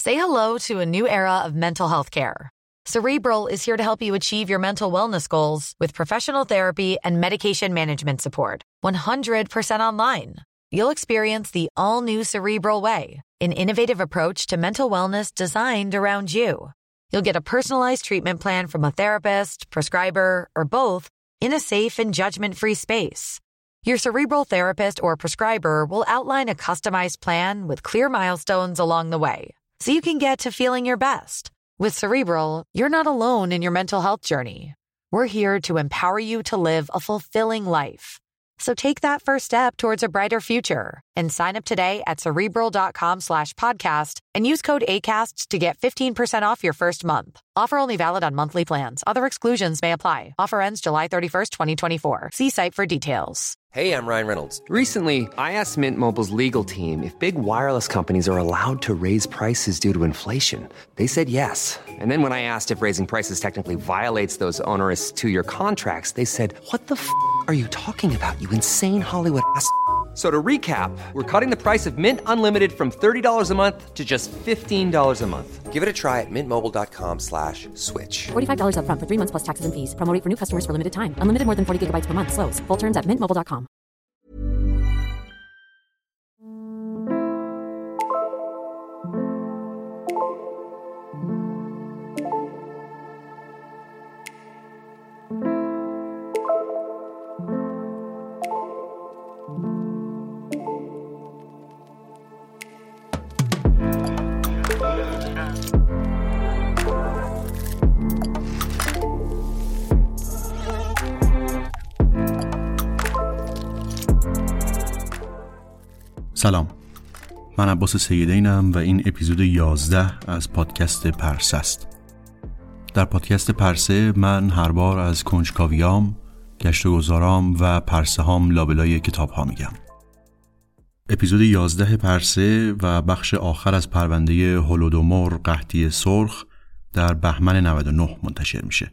Say hello to a new era of mental health care. Cerebral is here to help you achieve your mental wellness goals with professional therapy and medication management support. 100% online. You'll experience the all-new Cerebral Way, an innovative approach to mental wellness designed around you. You'll get a personalized treatment plan from a therapist, prescriber, or both in a safe and judgment-free space. Your Cerebral therapist or prescriber will outline a customized plan with clear milestones along the way, so you can get to feeling your best. With Cerebral, you're not alone in your mental health journey. We're here to empower you to live a fulfilling life. So take that first step towards a brighter future and sign up today at Cerebral.com/podcast and use code ACAST to get 15% off your first month. Offer only valid on monthly plans. Other exclusions may apply. Offer ends July 31st, 2024. See site for details. Hey, I'm Ryan Reynolds. Recently, I asked Mint Mobile's legal team if big wireless companies are allowed to raise prices due to inflation. They said yes. And then when I asked if raising prices technically violates those onerous 2-year contracts, they said, "What the are you talking about, you insane Hollywood ass?" So to recap, we're cutting the price of Mint Unlimited from $30 a month to just $15 a month. Give it a try at mintmobile.com/switch. $45 up front for 3 months plus taxes and fees. Promo rate for new customers for limited time. Unlimited more than 40 gigabytes per month. Slows full terms at mintmobile.com. سلام، من عباس سیدینم و این اپیزود 11 از پادکست پرسه است. در پادکست پرسه من هر بار از کنجکاویام، گشت و گذارام و پرسه هام لابلای کتاب ها میگم. اپیزود 11 پرسه و بخش آخر از پرونده هولودومور قحطی سرخ در بهمن 99 منتشر میشه.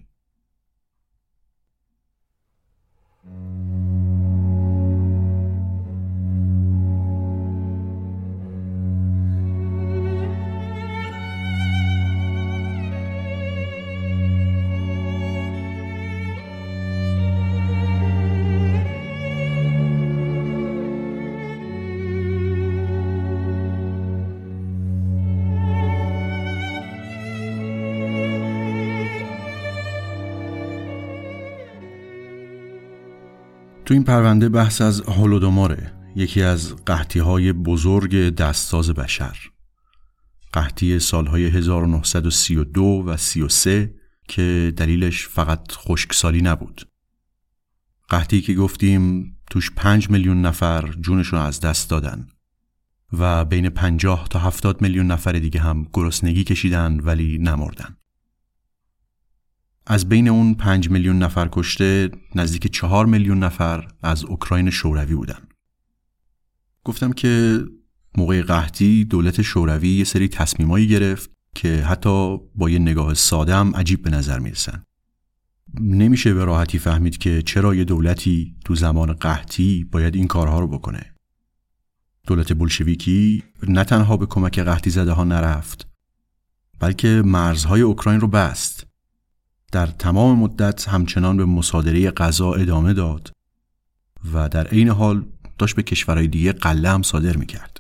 تو این پرونده بحث از هولودوموره، یکی از قحطی‌های بزرگ دستساز بشر. قحطی سالهای 1932 و 33 که دلیلش فقط خشکسالی نبود. قحطی که گفتیم توش 5 میلیون نفر جونشون از دست دادن و بین 50 تا 70 میلیون نفر دیگه هم گرسنگی کشیدن ولی نمردن. از بین اون 5 میلیون نفر کشته نزدیک 4 میلیون نفر از اوکراین شوروی بودن. گفتم که موقع قحطی دولت شوروی یه سری تصمیمایی گرفت که حتی با یه نگاه ساده هم عجیب به نظر میرسن. نمیشه به راحتی فهمید که چرا یه دولتی تو زمان قحطی باید این کارها رو بکنه. دولت بولشویکی نه تنها به کمک قحطی زده ها نرفت، بلکه مرزهای اوکراین رو بست. در تمام مدت همچنان به مصادره غذا ادامه داد و در عین حال داشت به کشورهای دیگه غله هم صادر میکرد.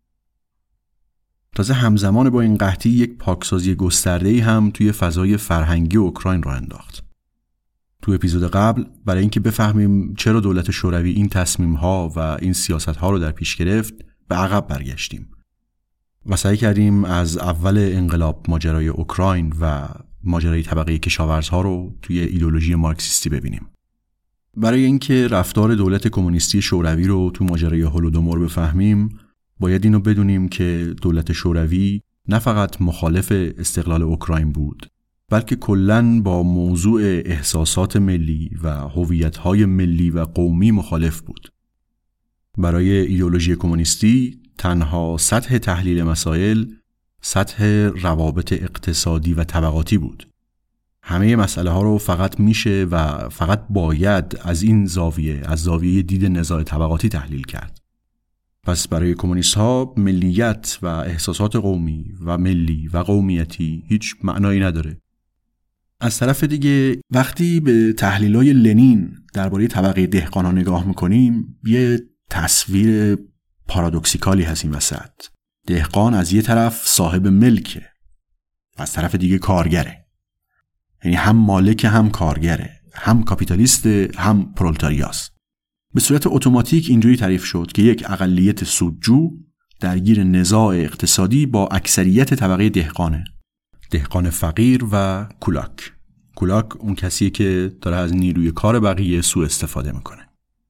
تازه همزمان با این قحطی یک پاکسازی گسترده‌ای هم توی فضای فرهنگی اوکراین راه انداخت. تو اپیزود قبل برای اینکه بفهمیم چرا دولت شوروی این تصمیم‌ها و این سیاست‌ها رو در پیش گرفت، به عقب برگشتیم و سعی کردیم از اول انقلاب ماجرای اوکراین و ماجرای طبقه کشاورزها رو توی ایدئولوژی مارکسیستی ببینیم. برای اینکه رفتار دولت کمونیستی شوروی رو تو ماجرای هولودومور بفهمیم، باید اینو بدونیم که دولت شوروی نه فقط مخالف استقلال اوکراین بود، بلکه کلاً با موضوع احساسات ملی و هویت‌های ملی و قومی مخالف بود. برای ایدئولوژی کمونیستی تنها سطح تحلیل مسائل سطح روابط اقتصادی و طبقاتی بود. همه مسئله ها رو فقط میشه و فقط باید از این زاویه، از زاویه دید نزاع طبقاتی تحلیل کرد. پس برای کمونیست ها ملیت و احساسات قومی و ملی و قومیتی هیچ معنایی نداره. از طرف دیگه وقتی به تحلیلای لنین درباره طبقه دهقانان نگاه میکنیم یه تصویر پارادوکسیکالی هست این وسط. دهقان از یه طرف صاحب ملکه، از طرف دیگه کارگره، یعنی هم مالک هم کارگره، هم کاپیتالیست هم پرولتاریاست. به صورت اتوماتیک اینجوری تعریف شد که یک اقلیت سودجو درگیر نزاع اقتصادی با اکثریت طبقه دهقانه، دهقان فقیر و کولاک. کولاک اون کسیه که داره از نیروی کار بقیه سوء استفاده میکنه.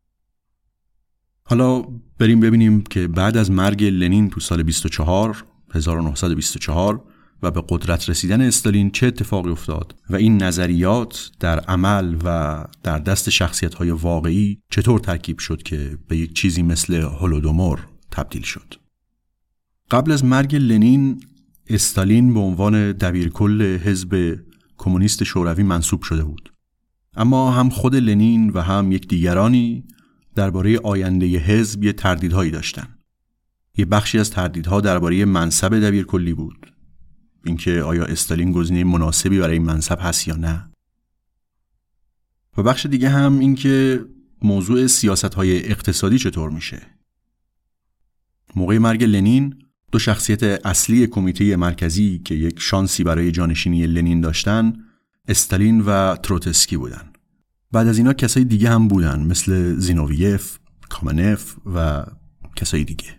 حالا بریم ببینیم که بعد از مرگ لنین تو سال 1924 و به قدرت رسیدن استالین چه اتفاقی افتاد و این نظریات در عمل و در دست شخصیت‌های واقعی چطور ترکیب شد که به یک چیزی مثل هولودومور تبدیل شد. قبل از مرگ لنین استالین به عنوان دبیرکل حزب کمونیست شوروی منصوب شده بود، اما هم خود لنین و هم یک دیگرانی درباره آینده حزب یه تردیدهایی داشتن. یه بخشی از تردیدها درباره منصب دبیرکلی بود، اینکه آیا استالین گزینه مناسبی برای این منصب هست یا نه. و بخش دیگه هم اینکه موضوع سیاست‌های اقتصادی چطور میشه. موقع مرگ لنین دو شخصیت اصلی کمیته مرکزی که یک شانسی برای جانشینی لنین داشتن استالین و تروتسکی بودن. بعد از اینا کسای دیگه هم بودن مثل زینوویف، کامنف و کسای دیگه.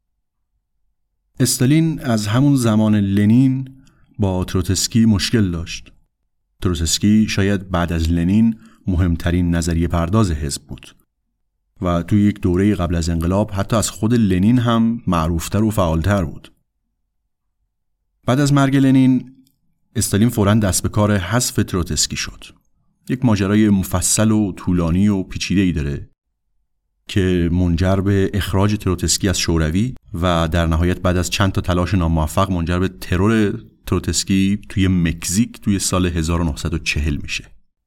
استالین از همون زمان لنین با تروتسکی مشکل داشت. تروتسکی شاید بعد از لنین مهمترین نظریه پرداز حزب بود و توی یک دوره قبل از انقلاب حتی از خود لنین هم معروفتر و فعالتر بود. بعد از مرگ لنین استالین فوراً دست به کار حذف تروتسکی شد. یک ماجرای مفصل و طولانی و پیچیده‌ای داره که منجر به اخراج تروتسکی از شوروی و در نهایت بعد از چند تا تلاش ناموفق منجر به ترور تروتسکی توی مکزیک توی سال 1940 میشه.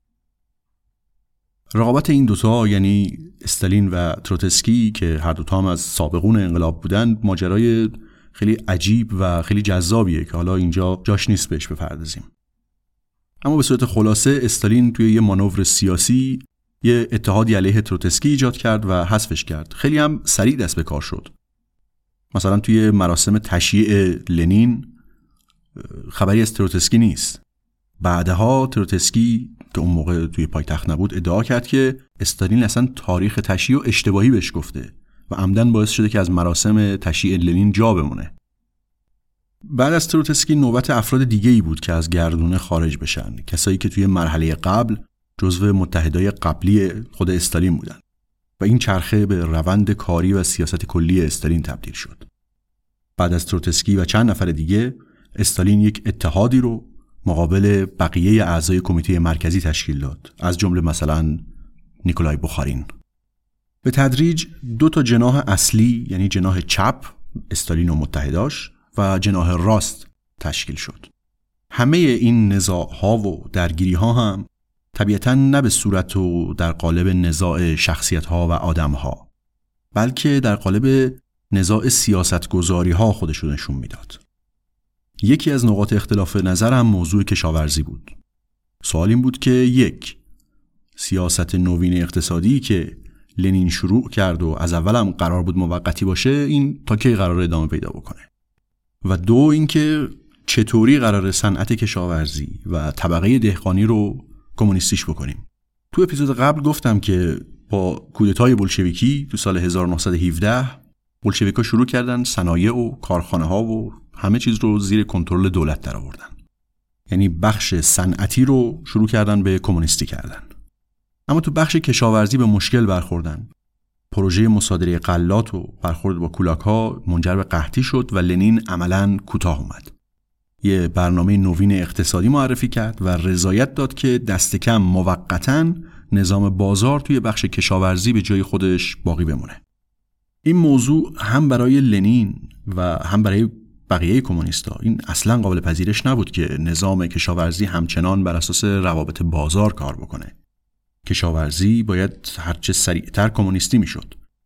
رقابت این دوتا یعنی استالین و تروتسکی که هر دوتا هم از سابقون انقلاب بودن ماجرای خیلی عجیب و خیلی جذابیه که حالا اینجا جاش نیست بهش بپردازیم. اما به صورت خلاصه استالین توی یه مانور سیاسی یه اتحادی علیه تروتسکی ایجاد کرد و حذفش کرد. خیلی هم سریع دست به کار شد. مثلا توی مراسم تشییع لنین خبری از تروتسکی نیست. بعدها تروتسکی که اون موقع توی پایتخت نبود ادعا کرد که استالین اصلا تاریخ تشییع و اشتباهی بهش گفته و عمدن باعث شده که از مراسم تشییع لنین جا بمونه. بعد از تروتسکی نوبت افراد دیگه‌ای بود که از گردونه خارج بشن، کسایی که توی مرحله قبل جزو متحدای قبلی خود استالین بودن و این چرخه به روند کاری و سیاست کلی استالین تبدیل شد. بعد از تروتسکی و چند نفر دیگه استالین یک اتحادی رو مقابل بقیه اعضای کمیته مرکزی تشکیل داد، از جمله مثلا نیکولای بخارین. به تدریج دو تا جناح اصلی یعنی جناح چپ استالین و متحداش و جناح راست تشکیل شد. همه این نزاع‌ها و درگیری‌ها هم طبیعتاً نه به صورت و در قالب نزاع شخصیت‌ها و آدم‌ها، بلکه در قالب نزاع سیاست‌گذاری‌ها خودش رو نشون میداد. یکی از نقاط اختلاف نظر هم موضوع کشاورزی بود. سوال این بود که یک، سیاست نوین اقتصادی که لنین شروع کرد و از اول هم قرار بود موقتی باشه این تا کی قرار ادامه پیدا بکنه؟ و دو، اینکه چطوری قرار صنعت کشاورزی و طبقه دهقانی رو کمونیستیش بکنیم. تو اپیزود قبل گفتم که با کودتای بولشویکی تو سال 1917 بولشویکا شروع کردن صنایع و کارخانه‌ها و همه چیز رو زیر کنترل دولت در آوردن. یعنی بخش صنعتی رو شروع کردن به کمونیستی کردن. اما تو بخش کشاورزی به مشکل برخوردن. پروژه مصادره غلات و برخورد با کولاک‌ها منجر به قحطی شد و لنین عملاً کوتاه اومد. یه برنامه نوین اقتصادی معرفی کرد و رضایت داد که دست کم موقتاً نظام بازار توی بخش کشاورزی به جای خودش باقی بمونه. این موضوع هم برای لنین و هم برای بقیه کمونیستا این اصلاً قابل پذیرش نبود که نظام کشاورزی همچنان بر اساس روابط بازار کار بکنه. کشاورزی باید هرچه سریعتر کمونیستی میشد.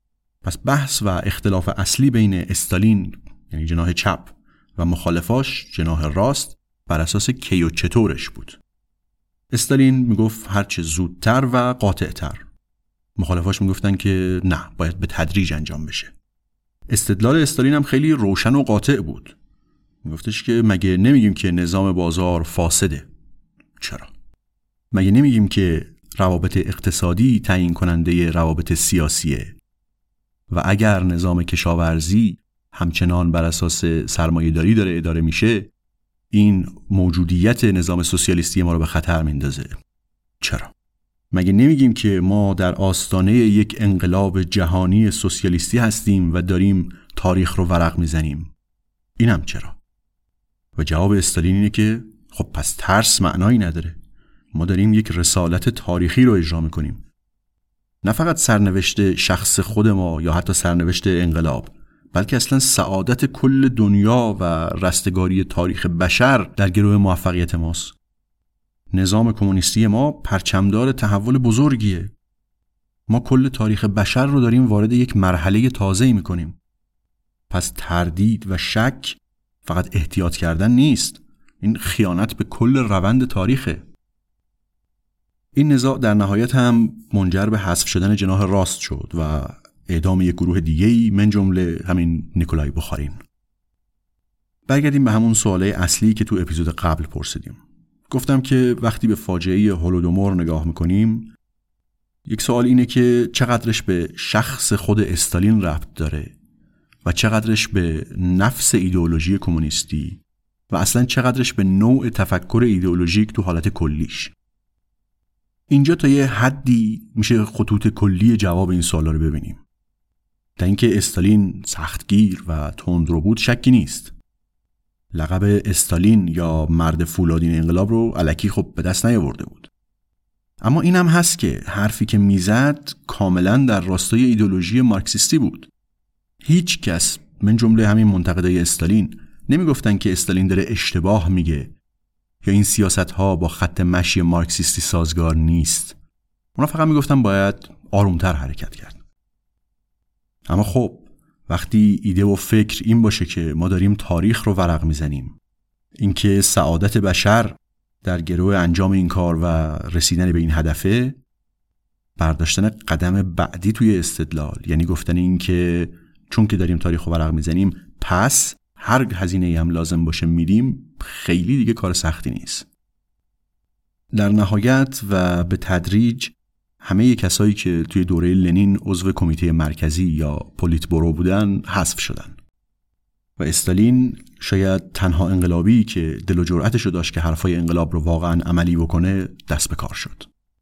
پس بحث و اختلاف اصلی بین استالین یعنی جناح چپ و مخالفاش جناح راست بر اساس کی و چطورش بود. استالین میگفت هرچه زودتر و قاطعتر. مخالفاش میگفتن که نه، باید به تدریج انجام بشه. استدلال استالین هم خیلی روشن و قاطع بود. میگفتش که مگه نمیگیم که نظام بازار فاسده؟ چرا؟ مگه نمیگیم که روابط اقتصادی تعیین کننده روابط سیاسیه و اگر نظام کشاورزی همچنان بر اساس سرمایه‌داری داره اداره میشه، این موجودیت نظام سوسیالیستی ما رو به خطر میندازه؟ چرا؟ مگه نمیگیم که ما در آستانه یک انقلاب جهانی سوسیالیستی هستیم و داریم تاریخ رو ورق میزنیم؟ اینم چرا؟ و جواب استالین اینه که خب پس ترس معنایی نداره. ما داریم یک رسالت تاریخی رو اجرا میکنیم. نه فقط سرنوشت شخص خود ما یا حتی سرنوشت انقلاب، بلکه اصلا سعادت کل دنیا و رستگاری تاریخ بشر در گروه موفقیت ماست. نظام کمونیستی ما پرچمدار تحول بزرگیه. ما کل تاریخ بشر رو داریم وارد یک مرحله تازه‌ای میکنیم. پس تردید و شک فقط احتیاط کردن نیست، این خیانت به کل روند تاریخه. این نزاع در نهایت هم منجر به حذف شدن جناح راست شد و اعدام یک گروه دیگه‌ای من جمله همین نیکولای بخارین. برگردیم به همون سواله اصلی که تو اپیزود قبل پرسیدیم. گفتم که وقتی به فاجعه هولودومور نگاه میکنیم، یک سوال اینه که چقدرش به شخص خود استالین ربط داره و چقدرش به نفس ایدئولوژی کمونیستی و اصلا چقدرش به نوع تفکر ایدئولوژیک تو حالت کلیش. اینجا تا یه حدی میشه خطوط کلی جواب این سوالا رو ببینیم. در اینکه استالین سختگیر و تندرو بود شکی نیست. لقب استالین یا مرد فولادین انقلاب رو الکی خب به دست نیاورده بود. اما این هم هست که حرفی که میزد کاملا در راستای ایدئولوژی مارکسیستی بود. هیچ کس من جمله همین منتقدای استالین نمیگفتن که استالین داره اشتباه میگه یا این سیاست‌ها با خط مشی مارکسیستی سازگار نیست. اونا فقط میگفتن باید آرومتر حرکت کرد. اما خب وقتی ایده و فکر این باشه که ما داریم تاریخ رو ورق میزنیم، اینکه سعادت بشر در گروه انجام این کار و رسیدن به این هدفه، برداشتن قدم بعدی توی استدلال یعنی گفتن این که چون که داریم تاریخ رو ورق میزنیم پس هر هزینه‌ای هم لازم باشه میدیم، خیلی دیگه کار سختی نیست. در نهایت و به تدریج همه کسایی که توی دوره لنین عضو کمیته مرکزی یا پولیت برو بودن حذف شدن و استالین شاید تنها انقلابی که دل و جرأتش رو داشت که حرفای انقلاب رو واقعا عملی بکنه دست به کار شد.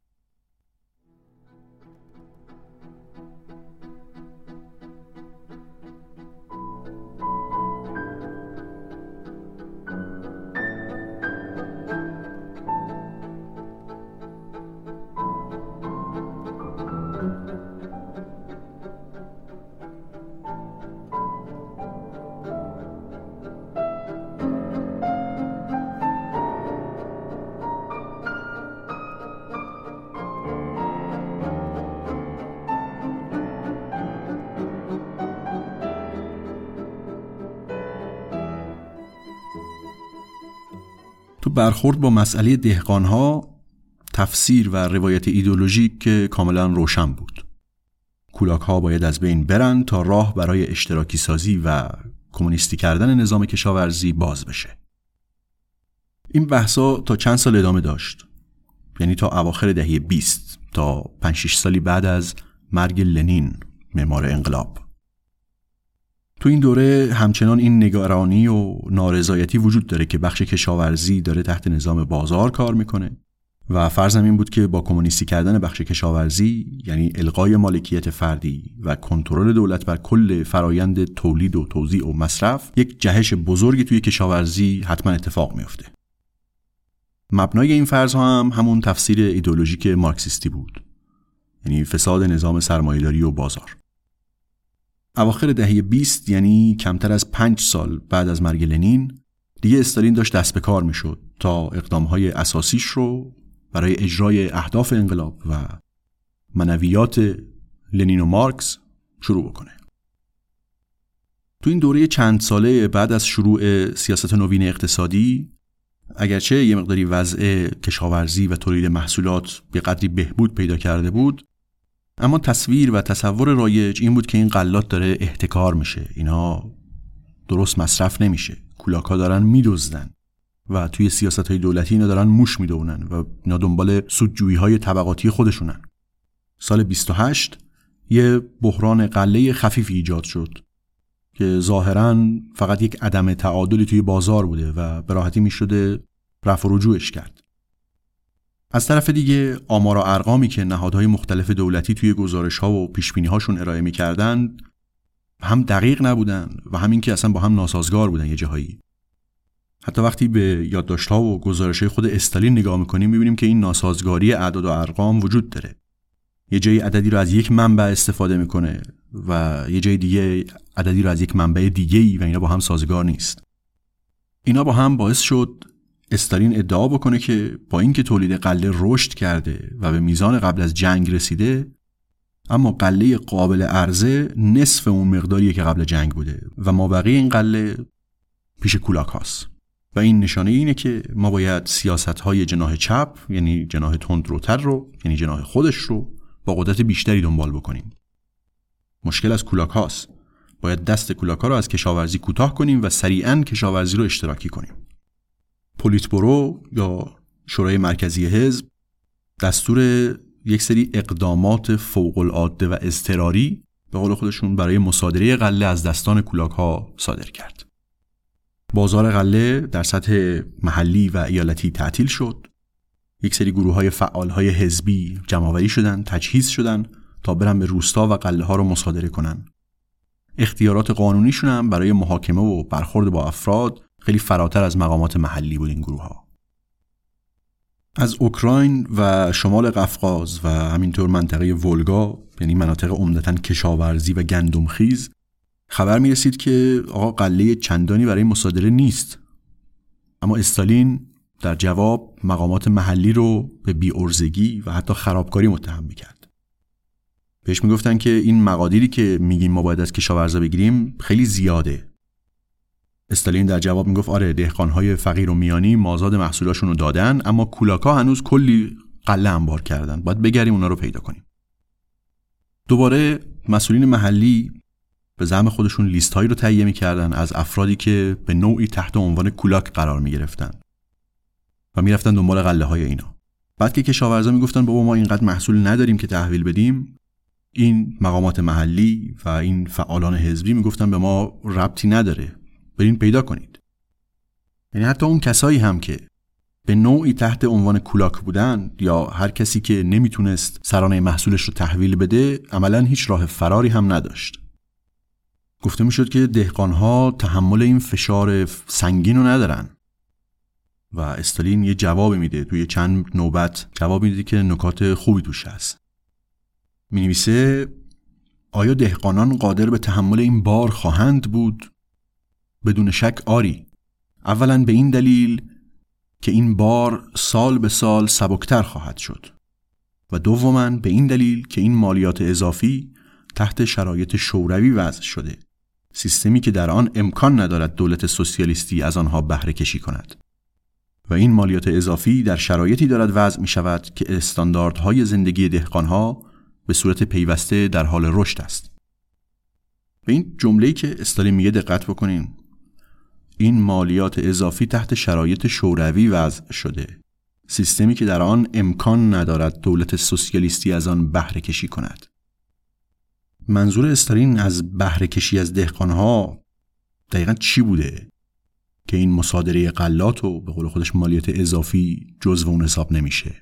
تو برخورد با مسئله دهقانها تفسیر و روایت ایدئولوژیک که کاملا روشن بود. کولاک‌ها باید از بین برن تا راه برای اشتراکی سازی و کمونیستی کردن نظام کشاورزی باز بشه. این بحثا تا چند سال ادامه داشت، یعنی تا اواخر دهه 20 تا 5-6 سالی بعد از مرگ لنین معمار انقلاب. تو این دوره همچنان این نگرانی و نارضایتی وجود داره که بخش کشاورزی داره تحت نظام بازار کار میکنه و فرضم این بود که با کمونیستی کردن بخش کشاورزی یعنی الغای مالکیت فردی و کنترل دولت بر کل فرایند تولید و توزیع و مصرف، یک جهش بزرگی توی کشاورزی حتما اتفاق میفته. مبنای این فرض هم همون تفسیر ایدئولوژیک مارکسیستی بود، یعنی فساد نظام سرمایه‌داری و بازار. اواخر دهه 20 یعنی کمتر از 5 سال بعد از مرگ لنین دیگه استالین داشت دست به کار میشد تا اقدامهای اساسیش رو برای اجرای اهداف انقلاب و منویات لنین و مارکس شروع بکنه. تو این دوره چند ساله بعد از شروع سیاست نوین اقتصادی، اگرچه یه مقداری وضع کشاورزی و تولید محصولات به قدری بهبود پیدا کرده بود، اما تصویر و تصور رایج این بود که این غلات داره احتکار میشه، اینا درست مصرف نمیشه، کولاک‌ها دارن میدزدن و توی سیاست‌های دولتی اینا دارن موش میدونن و اینا دنبال سودجویی‌های طبقاتی خودشونن. سال 28 یه بحران غله خفیفی ایجاد شد که ظاهراً فقط یک عدم تعادلی توی بازار بوده و به راحتی میشده رفع و رجوعش کرد. از طرف دیگه آمار و ارقامی که نهادهای مختلف دولتی توی گزارش‌ها و پیش‌بینی‌هاشون ارائه می‌کردن هم دقیق نبودن و همین که اصلا با هم ناسازگار بودن یه جاهایی. حتی وقتی به یادداشت‌ها و گزارش‌های خود استالین نگاه می‌کنیم می‌بینیم که این ناسازگاری اعداد و ارقام وجود داره. یه جایی عددی رو از یک منبع استفاده می‌کنه و یه جای دیگه عددی رو از یک منبع دیگه‌ای و اینا با هم سازگار نیست. اینا با هم باعث شد استالین ادعا بکنه که با اینکه تولید غله رشد کرده و به میزان قبل از جنگ رسیده، اما غله قابل عرضه نصف اون مقداریه که قبل جنگ بوده و مابقی این غله پیش کولاک هاست. و این نشانه اینه که ما باید سیاست‌های جناح چپ، یعنی جناح تندروتر رو، یعنی جناح خودش رو با قدرت بیشتری دنبال بکنیم. مشکل از کولاک هاست. باید دست کولاک ها رو از کشاورزی کوتاه کنیم و سریعاً کشاورزی رو اشتراکی کنیم. پولیتبرو یا شورای مرکزی حزب دستور یک سری اقدامات فوق‌العاده و اضطراری به قول خودشون برای مصادره غله از دستان کولاک ها صادر کرد. بازار غله در سطح محلی و ایالتی تعطیل شد. یک سری گروه‌های فعال‌های حزبی جمع‌آوری شدن، تجهیز شدن تا برن به روستا و غله ها رو مصادره کنن. اختیارات قانونیشون هم برای محاکمه و برخورد با افراد خیلی فراتر از مقامات محلی بود این گروه‌ها. از اوکراین و شمال قفقاز و همینطور منطقه ولگا، یعنی مناطق عمدتاً کشاورزی و گندمخیز، خبر می‌رسید که آقا غله چندانی برای مصادره نیست. اما استالین در جواب مقامات محلی رو به بی‌عرضگی و حتی خرابکاری متهم می‌کرد. بهش میگفتن که این مقادیری که میگیم ما باید از کشاورزا بگیریم خیلی زیاده. استالین در جواب میگفت آره، دهقان‌های فقیر و میانی مازاد محصولاشون رو دادن، اما کولاک‌ها هنوز کلی غله انبار کردن، باید بگردیم اونا رو پیدا کنیم. دوباره مسئولین محلی به زعم خودشون لیست‌هایی رو تهیه می‌کردن از افرادی که به نوعی تحت عنوان کولاک قرار می‌گرفتن و می‌رفتن دنبال غله‌های اینا. بعد که کشاورزا میگفتن بابا ما اینقدر محصول نداریم که تحویل بدیم، این مقامات محلی و این فعالان حزبی میگفتن به ما ربطی نداره، برین پیدا کنید. یعنی حتی اون کسایی هم که به نوعی تحت عنوان کولاک بودن یا هر کسی که نمیتونست سرانه محصولش رو تحویل بده، عملاً هیچ راه فراری هم نداشت. گفته میشد که دهقانها تحمل این فشار سنگین رو ندارن و استالین یه جواب میده، توی چند نوبت جواب میده که نکات خوبی توش هست. مینویسه آیا دهقانان قادر به تحمل این بار خواهند بود؟ بدون شک آری. اولا به این دلیل که این بار سال به سال سبکتر خواهد شد و دوما به این دلیل که این مالیات اضافی تحت شرایط شوروی وضع شده، سیستمی که در آن امکان ندارد دولت سوسیالیستی از آنها بهره کشی کند و این مالیات اضافی در شرایطی دارد وضع می شود که استانداردهای زندگی دهقانها به صورت پیوسته در حال رشد است. به این جمله‌ای که استالین میگه دقت بکنین. این مالیات اضافی تحت شرایط شوروی وضع شده، سیستمی که در آن امکان ندارد دولت سوسیالیستی از آن بهره کشی کند. منظور استالین از بهره کشی از دهقانها دقیقاً چی بوده که این مصادره غلات و به قول خودش مالیات اضافی جزو اون حساب نمیشه؟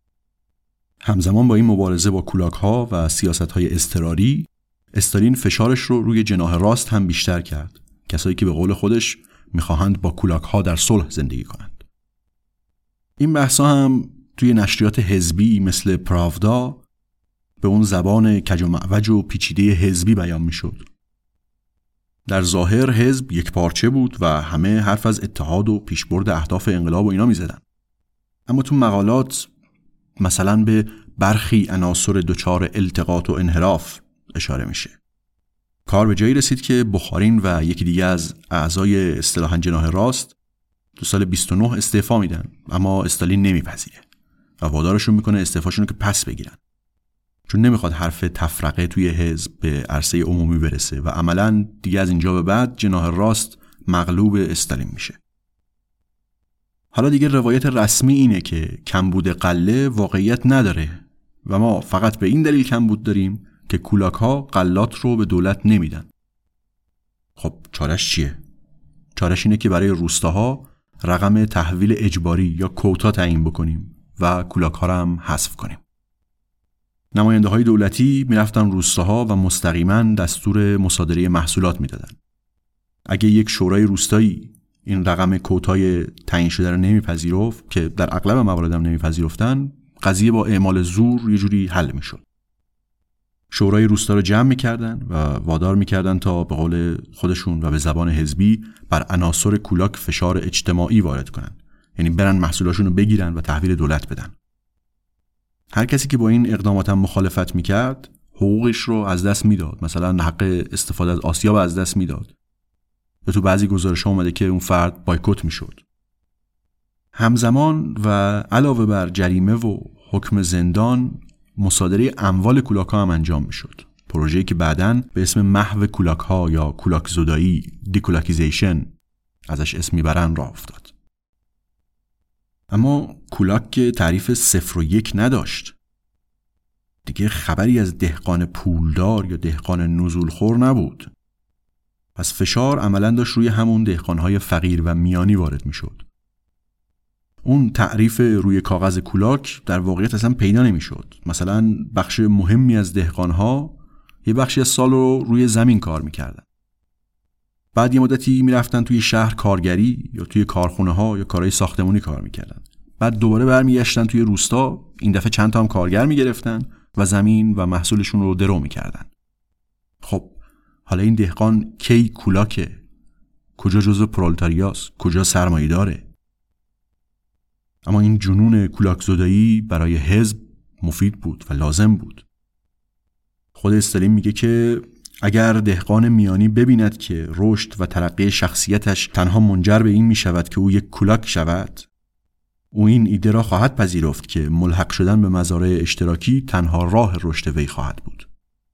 همزمان با این مبارزه با کولاک‌ها و سیاست‌های اضطراری، استالین فشارش رو روی جناح راست هم بیشتر کرد، کسایی که به قول خودش میخواهند با کولاک‌ها در صلح زندگی کنند. این بحثا هم توی نشریات حزبی مثل پراودا به اون زبان کج و معوج و پیچیده حزبی بیان میشد. در ظاهر حزب یک پارچه بود و همه حرف از اتحاد و پیشبرد اهداف انقلاب و اینا میزدن. اما تو مقالات مثلا به برخی عناصر دچار التقاط و انحراف اشاره میشه. کار به جایی رسید که بخارین و یکی دیگه از اعضای اصطلاحاً جناح راست تو سال 29 استعفا میدن، اما استالین نمیپذیره و وادارشون میکنه استعفاشون رو که پس بگیرن، چون نمیخواد حرف تفرقه توی حزب به عرصه عمومی برسه و عملاً دیگه از اینجا به بعد جناح راست مغلوب استالین میشه. حالا دیگه روایت رسمی اینه که کمبود غله واقعیت نداره و ما فقط به این دلیل کمبود داریم که کولاک‌ها غلات رو به دولت نمیدن. خب چارش چیه؟ چارش اینه که برای روستاها رقم تحویل اجباری یا کوتا تعیین بکنیم و کولاک‌ها رو هم حذف کنیم. نماینده‌های دولتی میرفتن روستاها و مستقیما دستور مصادره محصولات میدادن. اگه یک شورای روستایی این رقم کوتای تعیین شده رو نمیپذیرفت، که در اغلب موارد هم نمیپذیرفتن، قضیه با اعمال زور یه جوری حل میشد. شورای روستا رو جمع میکردن و وادار میکردن تا به قول خودشون و به زبان حزبی بر عناصر کولاک فشار اجتماعی وارد کنن، یعنی برن محصولاشون رو بگیرن و تحویل دولت بدن. هر کسی که با این اقدامات هم مخالفت میکرد حقوقش رو از دست میداد، مثلا حق استفاده از آسیاب از دست میداد، یا تو بعضی گزارش‌ها اومده که اون فرد بایکوت میشد. همزمان و علاوه بر جریمه و حکم زندان، مصادره اموال کولاک‌ها هم انجام میشد. پروژه‌ای که بعداً به اسم محو کولاک‌ها یا کولاک زدایی، دیکولاکیزیشن ازش اسم میبرن راه افتاد. اما کولاک که تعریف 0 و 1 نداشت. دیگه خبری از دهقان پولدار یا دهقان نزولخور نبود. پس فشار عملاً داشت روی همون دهقان‌های فقیر و میانی وارد میشد. اون تعریف روی کاغذ کولاک در واقعیت اصلا پیدا نمیشد. مثلا بخش مهمی از دهقان‌ها یه بخشی از سال رو روی زمین کار میکردن. بعد یه مدتی میرفتن توی شهر کارگری یا توی کارخونه‌ها یا کارهای ساختمانی کار میکردن. بعد دوباره برمیگشتن توی روستا، این دفعه چند تا هم کارگر میگرفتن و زمین و محصولشون رو درو میکردن. خب حالا این دهقان کی کولاکه؟ کجا جزو پرولتاریاست؟ کجا سرمایه داره؟ اما این جنون کولاک زدایی برای حزب مفید بود و لازم بود. خود استالین میگه که اگر دهقان میانی ببیند که رشد و ترقی شخصیتش تنها منجر به این میشود که او یک کولاک شود، او این ایده را خواهد پذیرفت که ملحق شدن به مزارع اشتراکی تنها راه رشد وی خواهد بود.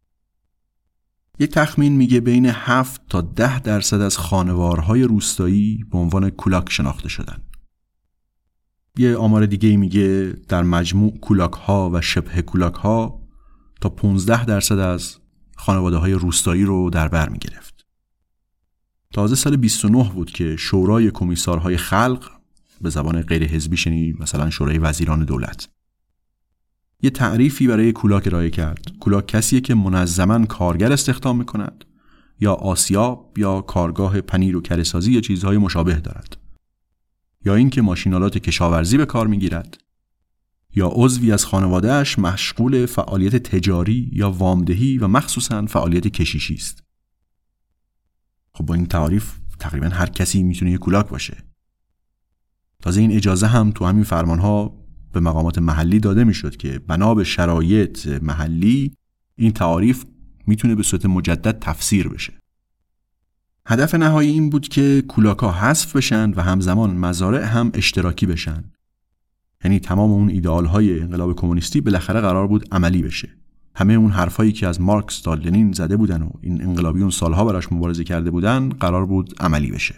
یک تخمین میگه بین 7 تا 10% از خانوارهای روستایی به عنوان کولاک شناخته شدن. یه آمار دیگه میگه در مجموع کولاک ها و شبه کولاک ها تا 15% از خانواده های روستایی رو در بر میگرفت. تازه سال 29 بود که شورای کمیسارهای خلق، به زبان غیر حزبی شنی مثلا شورای وزیران دولت، یه تعریفی برای کولاک ارائه کرد. کولاک کسیه که منظماً کارگر استخدام میکند یا آسیاب یا کارگاه پنیر و کره‌سازی یا چیزهای مشابه دارد، یا اینکه ماشینالات کشاورزی به کار میگیرد، یا عضوی از خانواده‌اش مشغول فعالیت تجاری یا وامدهی و مخصوصاً فعالیت کشیشی است. خب با این تعریف تقریباً هر کسی میتونه یک کولاک باشه. تازه این اجازه هم تو همین فرمانها به مقامات محلی داده میشد که بنا به شرایط محلی این تعریف میتونه به صورت مجدد تفسیر بشه. هدف نهایی این بود که کولاک‌ها حذف بشن و همزمان مزارع هم اشتراکی بشن. یعنی تمام اون ایدئال‌های انقلاب کمونیستی بالاخره قرار بود عملی بشه. همه اون حرفایی که از مارکس تا لنین زده بودن و این انقلابیون سالها براش مبارزه کرده بودن قرار بود عملی بشه.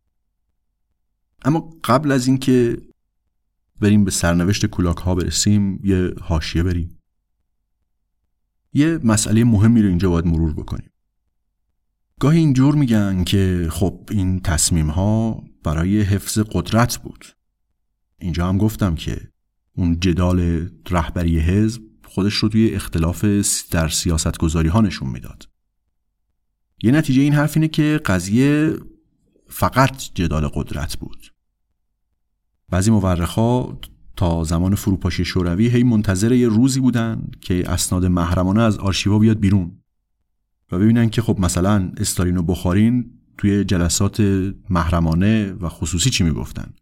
اما قبل از اینکه بریم به سرنوشت کولاک‌ها برسیم، یه حاشیه بریم. یه مسئله مهمی رو اینجا باید مرور بکنیم. گاهی اینجور میگن که خب این تصمیم‌ها برای حفظ قدرت بود. اینجا هم گفتم که اون جدال رهبری حزب خودش رو توی اختلاف در سیاستگذاری‌ها نشون میداد. یه نتیجه این حرف اینه که قضیه فقط جدال قدرت بود. بعضی مورخا تا زمان فروپاشی شوروی هی منتظر یه روزی بودن که اسناد محرمانه از آرشیوا بیاد بیرون و ببینن که خب مثلا استالین و بخارین توی جلسات محرمانه و خصوصی چی میگفتن.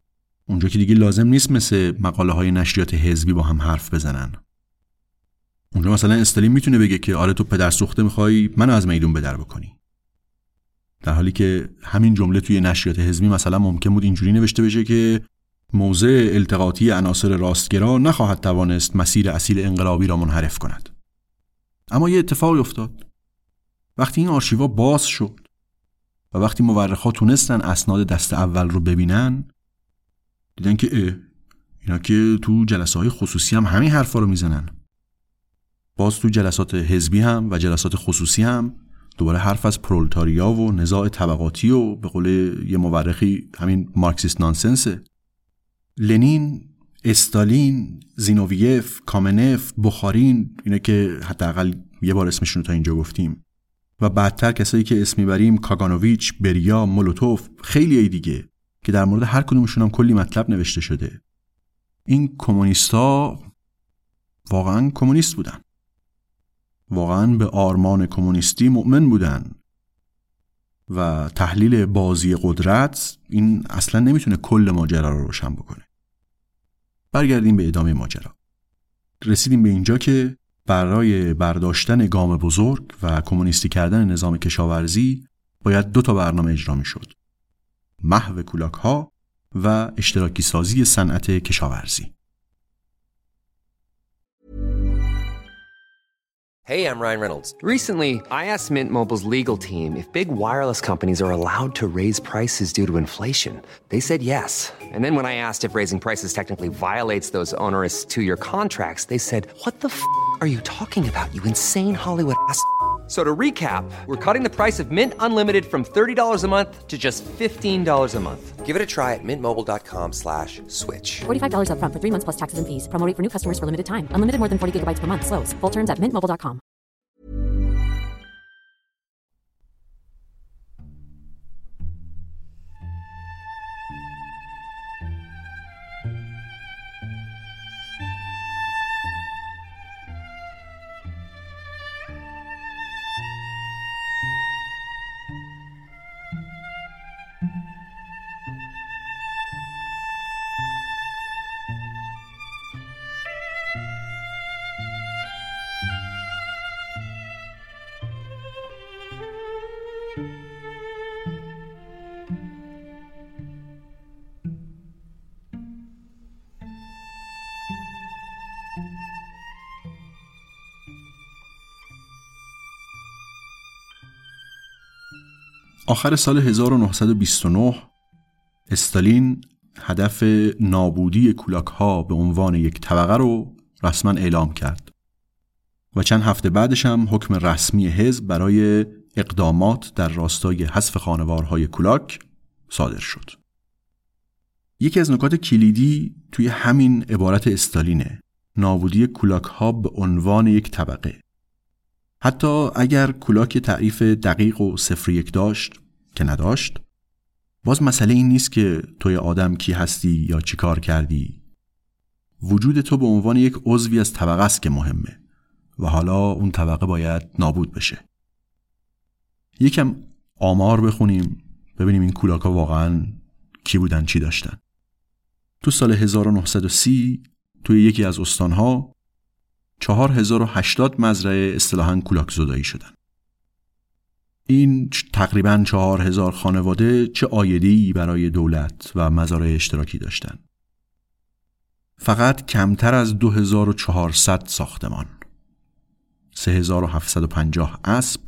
اونجا که دیگه لازم نیست مثل مقاله های نشریات حزبی با هم حرف بزنن. اونجا مثلا استالین میتونه بگه که آره تو پدر سوخته میخوای منو از میدون بدر بکنی، در حالی که همین جمله توی نشریات حزبی مثلا ممکن بود اینجوری نوشته بشه که موضع التقاطی عناصر راستگرا نخواهد توانست مسیر اصیل انقلابی را منحرف کند. اما یه اتفاقی افتاد. وقتی این آرشیوا باز شد و وقتی مورخا تونستن اسناد دست اول رو ببینن، دیدن که اینا که تو جلسه‌های خصوصی هم همین حرفا رو میزنن. باز تو جلسات حزبی هم و جلسات خصوصی هم دوباره حرف از پرولتاریا و نزاع طبقاتی و به قول یه مورخی همین مارکسیست نانسنسه. لنین، استالین، زینوویف، کامنف، بخارین، اینا که حداقل یه بار اسمشون رو تا اینجا گفتیم، و بعدتر کسایی که اسم میبریم، کاگانوویچ، بریا، مولوتوف، خیلی دیگه که در مورد هر کدومشون هم کلی مطلب نوشته شده. این کمونیستا واقعا کمونیست بودن، واقعا به آرمان کمونیستی مؤمن بودن و تحلیل بازی قدرت این اصلا نمیتونه کل ماجرا رو روشن بکنه. برگردیم به ادامه ماجرا. رسیدیم به اینجا که برای برداشتن گام بزرگ و کمونیستی کردن نظام کشاورزی باید 2 برنامه اجرا میشد: محو کولاک‌ها و اشتراکی سازی صنعت کشاورزی. Hey, I'm Ryan Reynolds. Recently, I asked Mint Mobile's legal team if big wireless companies are allowed to raise prices due to inflation. They said yes. And then when I asked if raising prices technically violates those onerous 2-year contracts, they said, "What the are you talking about, you insane Hollywood ass?" So to recap, we're cutting the price of Mint Unlimited from $30 a month to just $15 a month. Give it a try at mintmobile.com/switch. $45 up front for 3 months plus taxes and fees. Promo rate for new customers for limited time. Unlimited more than 40 gigabytes per month. Slows full terms at mintmobile.com. آخر سال 1929 استالین هدف نابودی کولاک‌ها به عنوان یک طبقه رو رسما اعلام کرد و چند هفته بعدش هم حکم رسمی حزب برای اقدامات در راستای حذف خانوارهای کولاک صادر شد. یکی از نکات کلیدی توی همین عبارت استالینه: نابودی کولاک‌ها به عنوان یک طبقه. حتی اگر کولاک تعریف دقیق و 0-1 داشت که نداشت، باز مسئله این نیست که توی آدم کی هستی یا چی کار کردی. وجود تو به عنوان یک عضوی از طبقه است که مهمه و حالا اون طبقه باید نابود بشه. یکم آمار بخونیم ببینیم این کولاک‌ها واقعاً کی بودن، چی داشتن. تو سال 1930 توی یکی از استانها 4080 مزرعه اصطلاحاً کولاک زدایی شدن. این تقریباً 4000 خانواده چه عایده‌ای برای دولت و مزارع اشتراکی داشتن. فقط کمتر از 2400 ساختمان، 3750 اسب،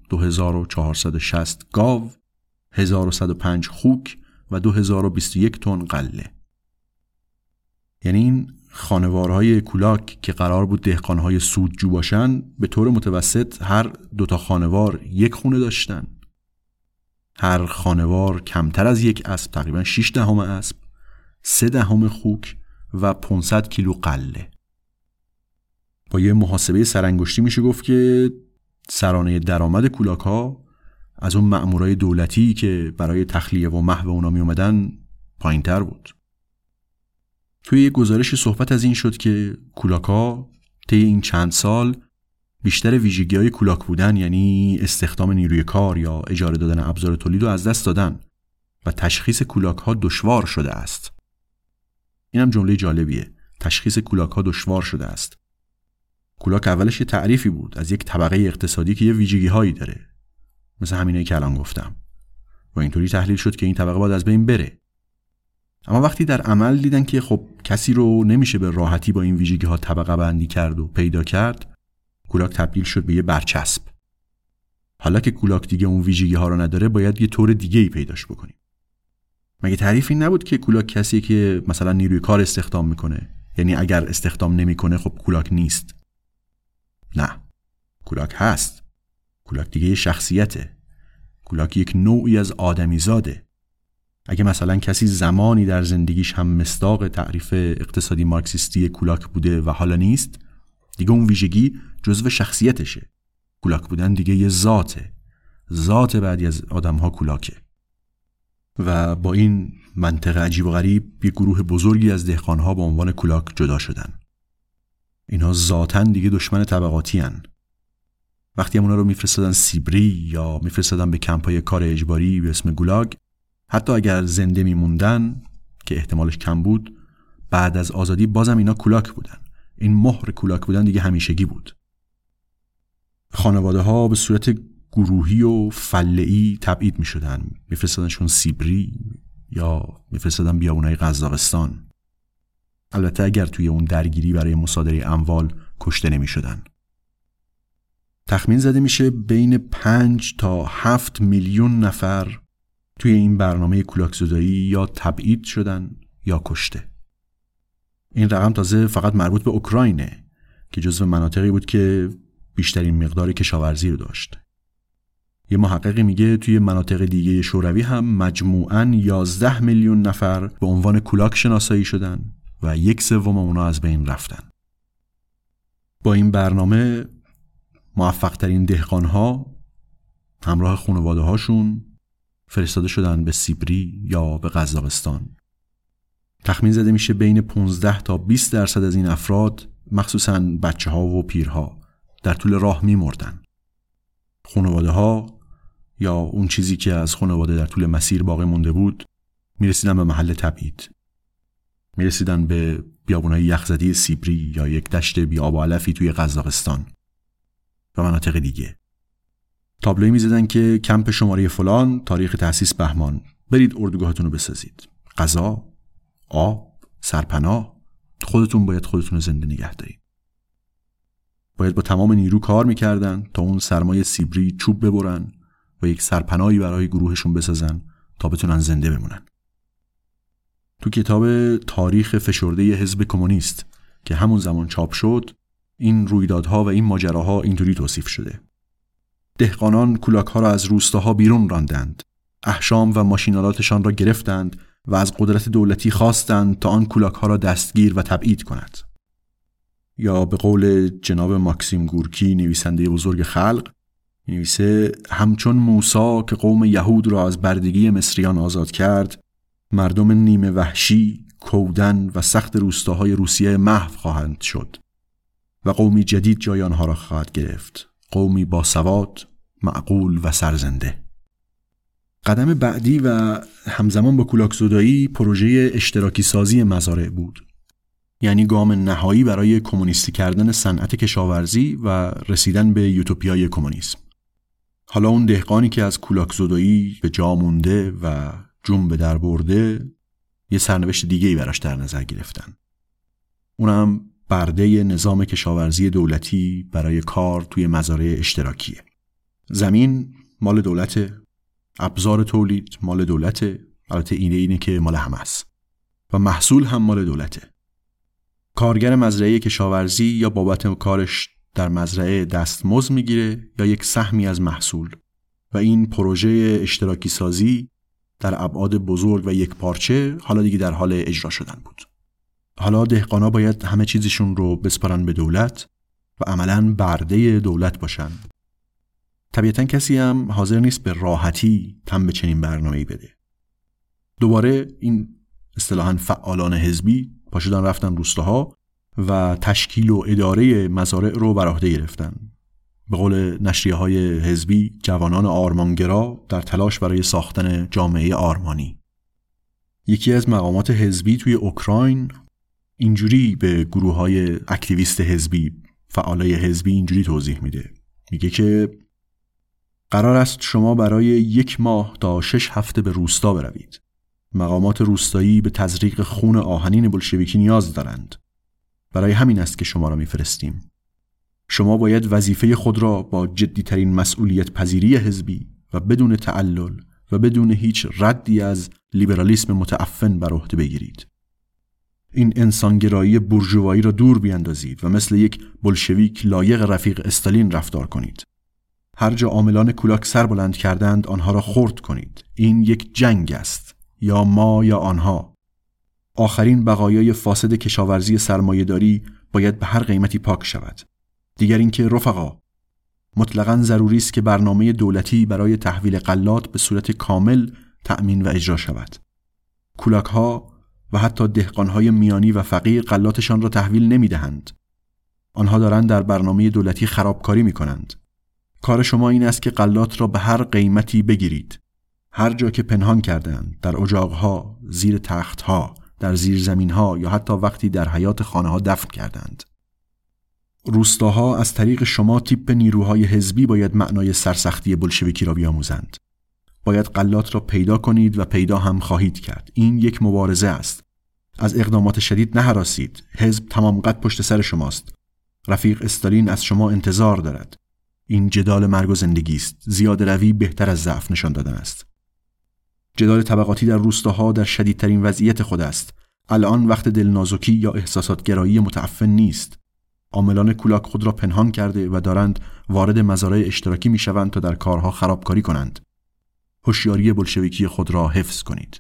2460 گاو، 1105 خوک و 2021 تن غله. یعنی این خانوارهای کولاک که قرار بود دهقانهای سودجو باشن، به طور متوسط هر 2 خانوار 1 خونه داشتن. هر خانوار کمتر از 1 اسب، تقریبا 6 اسب، 3 خوک و 500 کیلو غله. با یه محاسبه سرانگشتی میشه گفت که سرانه درآمد کولاک‌ها از اون مأمورای دولتی که برای تخلیه و محو اونا می اومدن پایین‌تر بود. توی یک گزارشی صحبت از این شد که کولاک‌ها طی این چند سال بیشتر ویژگی‌های کولاک بودن، یعنی استخدام نیروی کار یا اجاره دادن ابزار تولید رو از دست دادن و تشخیص کولاک‌ها دشوار شده است. اینم جمله جالبیه، تشخیص کولاک‌ها دشوار شده است. کولاک اولش یه تعریفی بود از یک طبقه اقتصادی که یه ویژگی‌هایی داره، مثل همینایی که الان گفتم، و اینطوری تحلیل شد که این طبقه باید از بین بره. اما وقتی در عمل دیدن که خب کسی رو نمیشه به راحتی با این ویژگی‌ها طبقه بندی کرد و پیدا کرد، کولاک تبدیل شد به یه برچسب. حالا که کولاک دیگه اون ویژگی‌ها رو نداره، باید یه طور دیگه‌ای پیداش بکنیم. مگه تعریف این نبود که کولاک کسی که مثلا نیروی کار استخدام میکنه؟ یعنی اگر استخدام نمیکنه خب کولاک نیست. نه، کولاک هست. کولاک دیگه یه شخصیته. کولاک یک نوعی از آدمیزاده. اگه مثلا کسی زمانی در زندگیش هم مصداق تعریف اقتصادی مارکسیستی کولاک بوده و حالا نیست، دیگه اون ویژگی جزو شخصیتشه. کولاک بودن دیگه یه ذاته. ذات بعضی از آدم‌ها کولاکه. و با این منطق عجیب و غریب، یه گروه بزرگی از دهقان‌ها به عنوان کولاک جدا شدن. اینها ذاتاً دیگه دشمن طبقاتی هن. وقتی اونا رو میفرستادن سیبری یا میفرستادن به کمپ‌های کار اجباری به اسم گولاگ، حتی اگر زنده میموندن که احتمالش کم بود، بعد از آزادی بازم اینا کولاک بودن. این مهر کولاک بودن دیگه همیشگی بود. خانواده‌ها به صورت گروهی و فله‌ای تبعید می‌شدن، میفرستادنشون سیبری یا میفرستادن بیابونای قزاقستان. البته اگر توی اون درگیری برای مصادره اموال کشته نمی‌شدن. تخمین زده میشه بین 5 تا 7 میلیون نفر توی این برنامه کولاک زدایی یا تبعید شدن یا کشته. این رقم تازه فقط مربوط به اوکراینه که جزو مناطقی بود که بیشترین مقدار کشاورزی رو داشت. یه محققی میگه توی مناطق دیگه شوروی هم مجموعاً 11 میلیون نفر به عنوان کولاک شناسایی شدن و 1/3 اونا از بین رفتن. با این برنامه موفق ترین دهقان‌ها همراه خانواده هاشون فرستاده شدن به سیبری یا به قزاقستان. تخمین زده میشه بین 15 تا 20% از این افراد، مخصوصاً بچه‌ها و پیرها، در طول راه میمردن. خانواده‌ها یا اون چیزی که از خانواده در طول مسیر باقی مونده بود میرسیدن به محل تبعید. میرسیدن به بیابونای یخزده سیبری یا یک دشت بی آب و علفی توی قزاقستان و مناطق دیگه. تابلویی میزدن که کمپ شماره فلان، تاریخ تأسیس بهمان، برید اردوگاهتون رو بسازید. غذا، آب، سرپناه، خودتون باید خودتون رو زنده نگه دارید. باید با تمام نیرو کار میکردن تا اون سرمای سیبری چوب ببرن و یک سرپناهی برای گروهشون بسازن تا بتونن زنده بمونن. تو کتاب تاریخ فشرده حزب کمونیست که همون زمان چاپ شد، این رویدادها و این ماجراها اینطوری توصیف شده. دهقانان کولاک‌ها را از روستاها بیرون راندند، احشام و ماشینالاتشان را گرفتند و از قدرت دولتی خواستند تا آن کولاک‌ها را دستگیر و تبعید کند. یا به قول جناب ماکسیم گورکی، نویسنده بزرگ خلق، نویسه همچون موسی که قوم یهود را از بردگی مصریان آزاد کرد، مردم نیمه وحشی، کودن و سخت روستاهای روسیه محو خواهند شد و قومی جدید جای آنها را خواهد گرفت، قومی با سواد، معقول و سرزنده. قدم بعدی و همزمان با کولاک زدایی پروژه اشتراکی سازی مزارع بود. یعنی گام نهایی برای کمونیستی کردن صنعت کشاورزی و رسیدن به یوتوپیای کمونیسم. حالا اون دهقانی که از کولاک زدایی به جا مونده و جون به در برده، یه سرنوشت دیگه‌ای براش در نظر گرفتن. اونم برده نظام کشاورزی دولتی برای کار توی مزارع اشتراکیه. زمین مال دولته، ابزار تولید مال دولته، البته اینه که مال همه است، و محصول هم مال دولته. کارگر مزرعه کشاورزی یا بابت کارش در مزرعه دستمزد میگیره یا یک سهمی از محصول، و این پروژه اشتراکی سازی در ابعاد بزرگ و یک پارچه حالا دیگه در حال اجرا شدن بود. حالا دهقانا باید همه چیزشون رو بسپارن به دولت و عملاً برده دولت باشن. طبیعتاً کسی هم حاضر نیست به راحتی تن به چنین برنامه‌ای بده. دوباره این اصطلاحاً فعالان حزبی پاشدن رفتن روستاها و تشکیل و اداره مزارع رو بر عهده گرفتن. به قول نشریه‌های حزبی، جوانان آرمانگرا در تلاش برای ساختن جامعه آرمانی. یکی از مقامات حزبی توی اوکراین اینجوری به گروه‌های اکتیویست حزبی فعالای حزبی اینجوری توضیح میده. میگه که قرار است شما برای 1 ماه تا 6 هفته به روستا بروید. مقامات روستایی به تزریق خون آهنین بولشویکی نیاز دارند. برای همین است که شما را میفرستیم. شما باید وظیفه خود را با جدی‌ترین مسئولیت پذیری حزبی و بدون تعلل و بدون هیچ ردی از لیبرالیسم متعفن بر عهده بگیرید. این انسانگرایی بورژوایی را دور بیاندازید و مثل یک بولشویک لایق رفیق استالین رفتار کنید. هر جا عاملان کولاک سر بلند کردند آنها را خرد کنید. این یک جنگ است، یا ما یا آنها. آخرین بقایای فاسد کشاورزی سرمایه‌داری باید به هر قیمتی پاک شود. دیگر اینکه رفقا، مطلقاً ضروری است که برنامه دولتی برای تحویل غلات به صورت کامل تأمین و اجرا شود. کولاک‌ها و حتی دهقان‌های میانی و فقیر غلاتشان را تحویل نمی‌دهند. آنها دارند در برنامه دولتی خرابکاری می‌کنند. کار شما این است که غلات را به هر قیمتی بگیرید. هر جا که پنهان کردند، در اجاق‌ها، زیر تخت‌ها، در زیرزمین‌ها یا حتی وقتی در حیاط خانه‌ها دفن کردند. روستاها از طریق شما تیپ نیروهای حزبی باید معنای سرسختی بولشویکی را بیاموزند. باید غلات را پیدا کنید و پیدا هم خواهید کرد. این یک مبارزه است. از اقدامات شدید نهراسید. حزب تمام قد پشت سر شماست. رفیق استالین از شما انتظار دارد. این جدال مرگ و زندگی است. زیاده روی بهتر از ضعف نشان دادن است. جدال طبقاتی در روستاها در شدیدترین وضعیت خود است. الان وقت دلنازکی یا احساسات گرایی متعفن نیست. عاملان کولاک خود را پنهان کرده و دارند وارد مزارع اشتراکی می شوند تا در کارها خرابکاری کنند. هوشیاری بولشویکی خود را حفظ کنید.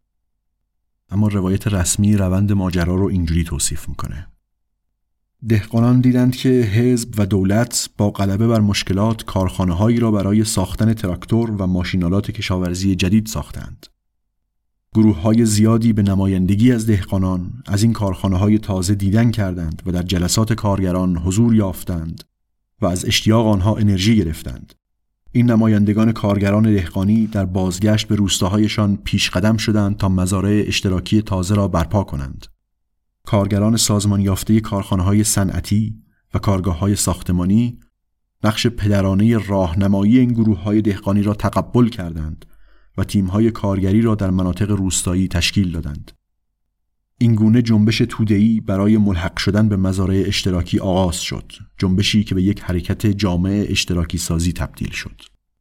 اما روایت رسمی روند ماجرا رو اینجوری توصیف میکنه. دهقانان دیدند که حزب و دولت با غلبه بر مشکلات کارخانه‌هایی را برای ساختن تراکتور و ماشینالات کشاورزی جدید ساختند. گروه‌های زیادی به نمایندگی از دهقانان از این کارخانه‌های تازه دیدن کردند و در جلسات کارگران حضور یافتند و از اشتیاق آنها انرژی گرفتند. این نمایندگان کارگران دهقانی در بازگشت به روستاهایشان پیش قدم شدند تا مزارع اشتراکی تازه را برپا کنند. کارگران سازمان یافته کارخانه‌های صنعتی و کارگاه‌های ساختمانی نقش پدرانه راهنمایی این گروه‌های دهقانی را تقبل کردند و تیم‌های کارگری را در مناطق روستایی تشکیل دادند. این گونه جنبش توده‌ای برای ملحق شدن به مزارع اشتراکی آغاز شد، جنبشی که به یک حرکت جامع اشتراکی سازی تبدیل شد.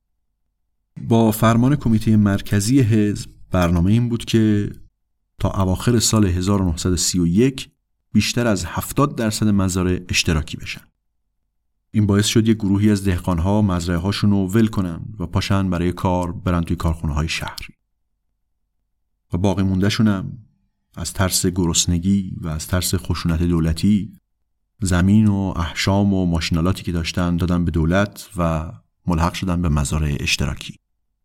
با فرمان کمیته مرکزی حزب برنامه این بود که تا اواخر سال 1931 بیشتر از 70% مزارع اشتراکی بشن. این باعث شد یک گروهی از دهقان‌ها مزرعه‌هاشون رو ول کنن و پاشن برای کار برن توی کارخونه‌های شهری. و باقی مونده‌شون هم از ترس گرسنگی و از ترس خشونت دولتی زمین و احشام و ماشینالاتی که داشتن دادن به دولت و ملحق شدن به مزارع اشتراکی.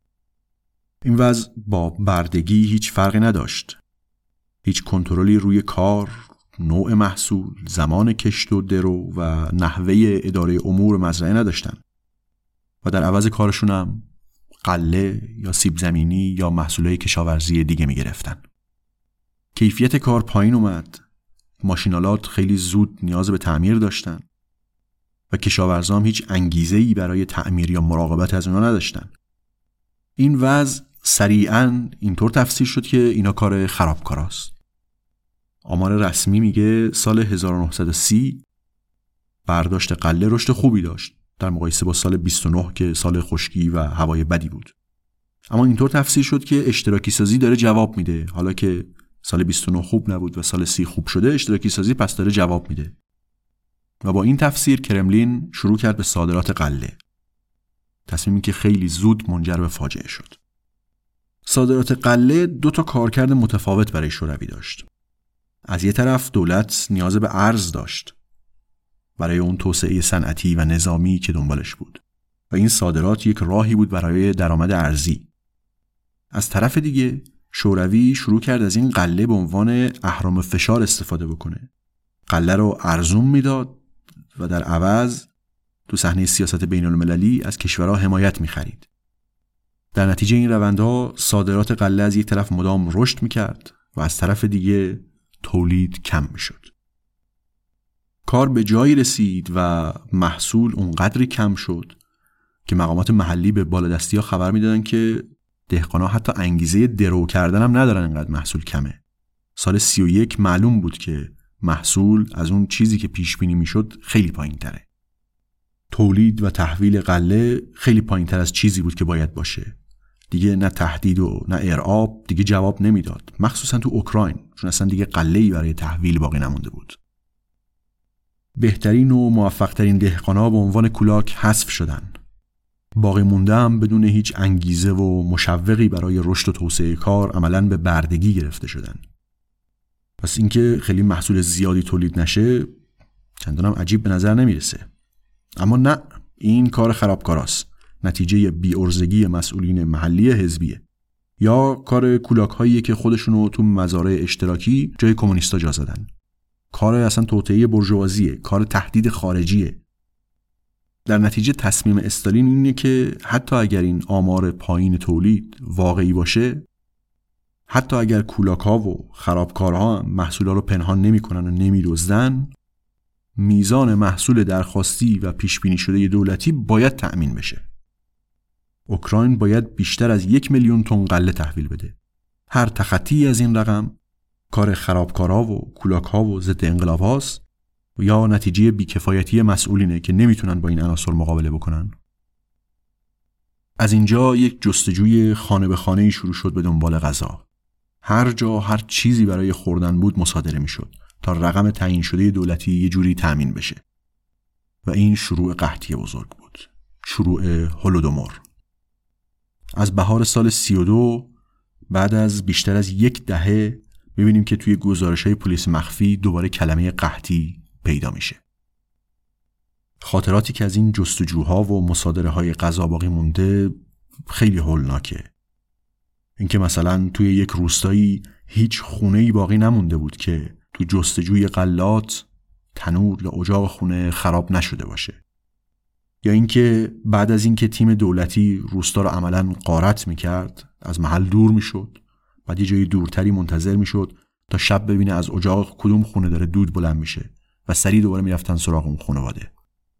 این وضع با بردگی هیچ فرقی نداشت. هیچ کنترلی روی کار، نوع محصول، زمان کشت و درو و نحوه اداره امور مزرعه نداشتن و در عوض کارشون هم غله یا سیب زمینی یا محصولات کشاورزی دیگه می گرفتن. کیفیت کار پایین اومد. ماشینالات خیلی زود نیاز به تعمیر داشتن و کشاورزان هیچ انگیزه‌ای برای تعمیر یا مراقبت از اونا نداشتن. این وضع سریعاً اینطور تفسیر شد که اینا کار خرابکاراست. آمار رسمی میگه سال 1930 برداشت غله رشد خوبی داشت در مقایسه با سال 29 که سال خشکی و هوای بدی بود. اما اینطور تفسیر شد که اشتراکی سازی داره جواب میده. حالا که سال 29 خوب نبود و سال 30 خوب شده، اشتراکی سازی پس داره جواب میده. و با این تفسیر کرملین شروع کرد به صادرات غله. تصمیمی که خیلی زود منجر به فاجعه شد. صادرات غله 2 تا کارکرد متفاوت برای شوروی داشت. از یه طرف دولت نیاز به ارز داشت برای اون توسعه صنعتی و نظامی که دنبالش بود و این صادرات یک راهی بود برای درآمد ارزی. از طرف دیگه شوروی شروع کرد از این غله به عنوان اهرم فشار استفاده بکنه. غله رو ارزون میداد و در عوض تو صحنه سیاست بین المللی از کشورها حمایت می‌خرید. در نتیجه این روندها صادرات غله از یک طرف مدام رشد می‌کرد و از طرف دیگه تولید کم می‌شد. کار به جایی رسید و محصول اونقدری کم شد که مقامات محلی به بالادستی‌ها خبر میدادن که دهقانا حتی انگیزه درو کردن هم ندارن، اینقدر محصول کمه. سال 31 معلوم بود که محصول از اون چیزی که پیش بینی میشد خیلی پایین‌تره. تولید و تحویل غله خیلی پایین‌تر از چیزی بود که باید باشه. دیگه نه تهدید و نه ارعاب دیگه جواب نمیداد، مخصوصا تو اوکراین، چون اصلا دیگه غله‌ای برای تحویل باقی نمونده بود. بهترین و موفق‌ترین دهقانا به عنوان کولاک حذف شدن. باقی مونده هم بدون هیچ انگیزه و مشوقی برای رشد و توسعه کار عملاً به بردگی گرفته شدن. پس اینکه خیلی محصول زیادی تولید نشه چندانم عجیب به نظر نمیرسه. اما نه، این کار خرابکاراست، نتیجه بی‌عرضگی مسئولین محلی حزبیه، یا کار کولاک‌هایی که خودشونو تو مزارع اشتراکی جای کمونیستا جا زدن. کار اصلا توطئه بورژوازیه، کار تهدید خارجیه. در نتیجه تصمیم استالین اینه که حتی اگر این آمار پایین تولید واقعی باشه، حتی اگر کولاک‌ها و خرابکارها محصولا رو پنهان نمی‌کنن و نمی‌دزدن، میزان محصول درخواستی و پیش بینی شده دولتی باید تأمین بشه. اوکراین باید بیشتر از 1 میلیون تن غله تحویل بده. هر تخطی از این رقم کار خرابکارها و کولاک‌ها و ضد انقلاب هاست یا نتیجه بیکفایتی مسئولینه که نمیتونن با این عناصر مقابله بکنن. از اینجا یک جستجوی خانه به خانه‌ای شروع شد به دنبال غذا. هر جا هر چیزی برای خوردن بود مصادره میشد تا رقم تعیین شده دولتی یه جوری تأمین بشه. و این شروع قحطی بزرگ بود. شروع هولودومور. از بهار سال 32 بعد از بیشتر از 10 دهه می‌بینیم که توی گزارش‌های پلیس مخفی دوباره کلمه قحطی پیدا میشه. خاطراتی که از این جستجوها و مصادره‌های غذا باقی مونده خیلی هولناکه. اینکه مثلا توی یک روستایی هیچ خونه‌ای باقی نمونده بود که تو جستجوی غلات تنور یا اجاق خونه خراب نشده باشه. یا اینکه بعد از اینکه تیم دولتی روستا رو عملاً غارت میکرد از محل دور میشد، بعد یه جای دورتری منتظر میشد تا شب ببینه از اجاق کدوم خونه داره دود بلند میشه و سریع دوباره میرفتن سراغ اون خانواده.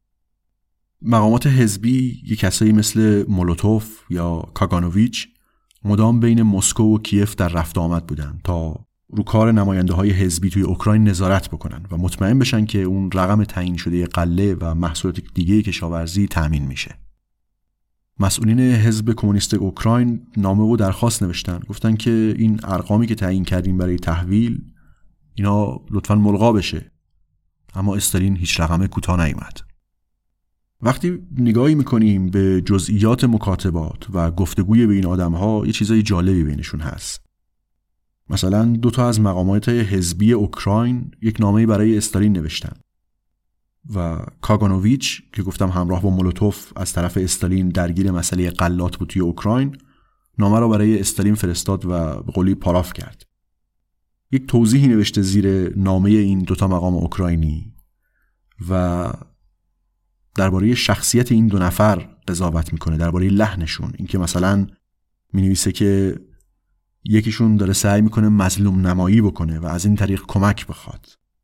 مقامات حزبی یک کسایی مثل مولوتوف یا کاگانوویچ مدام بین مسکو و کیف در رفت آمد بودن تا رو کار نماینده‌های حزبی توی اوکراین نظارت بکنن و مطمئن بشن که اون رقم تعیین شده غله و محصولات دیگه کشاورزی تأمین میشه. مسئولین حزب کمونیست اوکراین نامه و درخواست نوشتن، گفتن که این ارقامی که تعیین کردیم برای تحویل اینا لطفاً ملغا بشه. اما استالین هیچ رقم کوتاه نیامد. وقتی نگاهی میکنیم به جزئیات مکاتبات و گفتگوی بین آدم‌ها یه چیزای جالبی بینشون هست. مثلا 2 از مقامات حزبی اوکراین یک نامه‌ای برای استالین نوشتن و کاگانوویچ که گفتم همراه با مولوتوف از طرف استالین درگیر مسئله غلات بود توی اوکراین، نامه رو برای استالین فرستاد و به قولی پاراف کرد. یک توضیحی نوشته زیر نامه این 2 مقام اوکراینی و درباره شخصیت این 2 نفر قضاوت میکنه، درباره لحنشون. اینکه مثلا مینویسه که یکیشون داره سعی میکنه مظلوم نمایی بکنه و از این طریق کمک بخواد.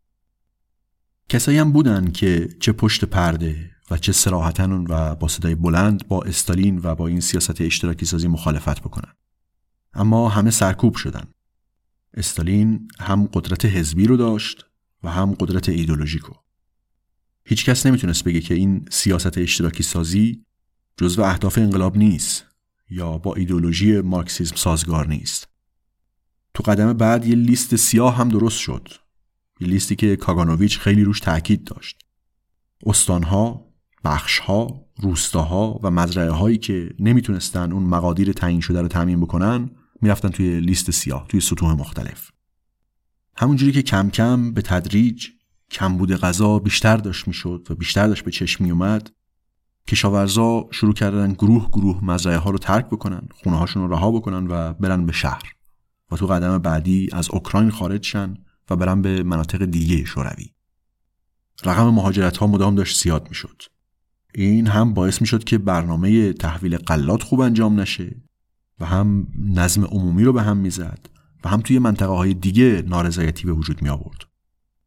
کسایی هم بودن که چه پشت پرده و چه صراحتاً و با صدای بلند با استالین و با این سیاست اشتراکی سازی مخالفت بکنن. اما همه سرکوب شدن. استالین هم قدرت حزبی رو داشت و هم قدرت ایدئولوژیکو. هیچ کس نمیتونست بگه که این سیاست اشتراکی سازی جزو اهداف انقلاب نیست یا با ایدئولوژی مارکسیسم سازگار نیست. تو قدم بعد یه لیست سیاه هم درست شد. یه لیستی که کاگانوویچ خیلی روش تأکید داشت. استانها، بخشها، روستاها و مزرعه‌هایی که نمیتونستن اون مقادیر تعیین شده رو تامین بکنن میرفتن توی لیست سیاه، توی سطوح مختلف. همونجوری که کم کم به تدریج کمبود غذا بیشتر داشت میشد و بیشتر داشت به چشم می اومد، کشاورزا شروع کردن گروه گروه مزرعه ها رو ترک بکنن، خونه هاشون رو رها بکنن و برن به شهر و تو قدم بعدی از اوکراین خارج شن و برن به مناطق دیگه شوروی. رقم مهاجرت ها مدام داشت زیاد میشد. این هم باعث میشد که برنامه تحویل غلات خوب انجام نشه و هم نظم عمومی رو به هم میزد و هم توی منطقه های دیگه نارضایتی به وجود می آورد.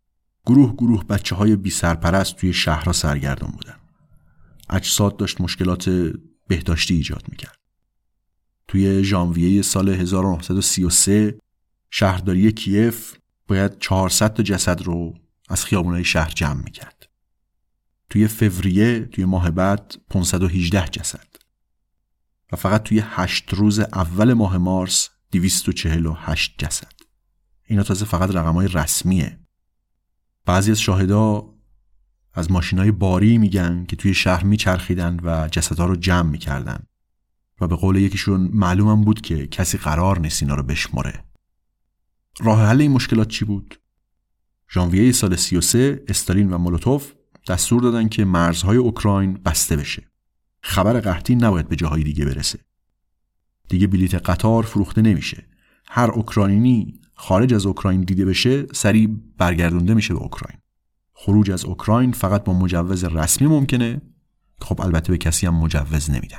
گروه بچه‌های بی سرپرست توی شهرها سرگردان بودن. اجساد داشت مشکلات بهداشتی ایجاد میکرد. توی ژانویه سال 1933 شهرداری کیف باید 400 تا جسد رو از خیابونای شهر جمع میکرد. توی فوریه، توی ماه بعد 518 جسد. و فقط توی 8 روز اول ماه مارس 248 جسد. اینا تازه فقط رقم‌های رسمیه. بعضی از شاهدا از ماشینای باری میگن که توی شهر میچرخیدن و جسدها رو جمع میکردن و به قول یکیشون معلومم بود که کسی قرار نیست اینا رو بشمره. راه حل این مشکلات چی بود؟ ژانویه سال 33 استالین و مولوتوف دستور دادن که مرزهای اوکراین بسته بشه. خبر قحطی نباید به جاهای دیگه برسه. دیگه بلیت قطار فروخته نمیشه. هر اوکراینی خارج از اوکراین دیده بشه سریع برگردونده میشه به اوکراین. خروج از اوکراین فقط با مجوز رسمی ممکنه. خب البته به کسی هم مجوز نمیدن.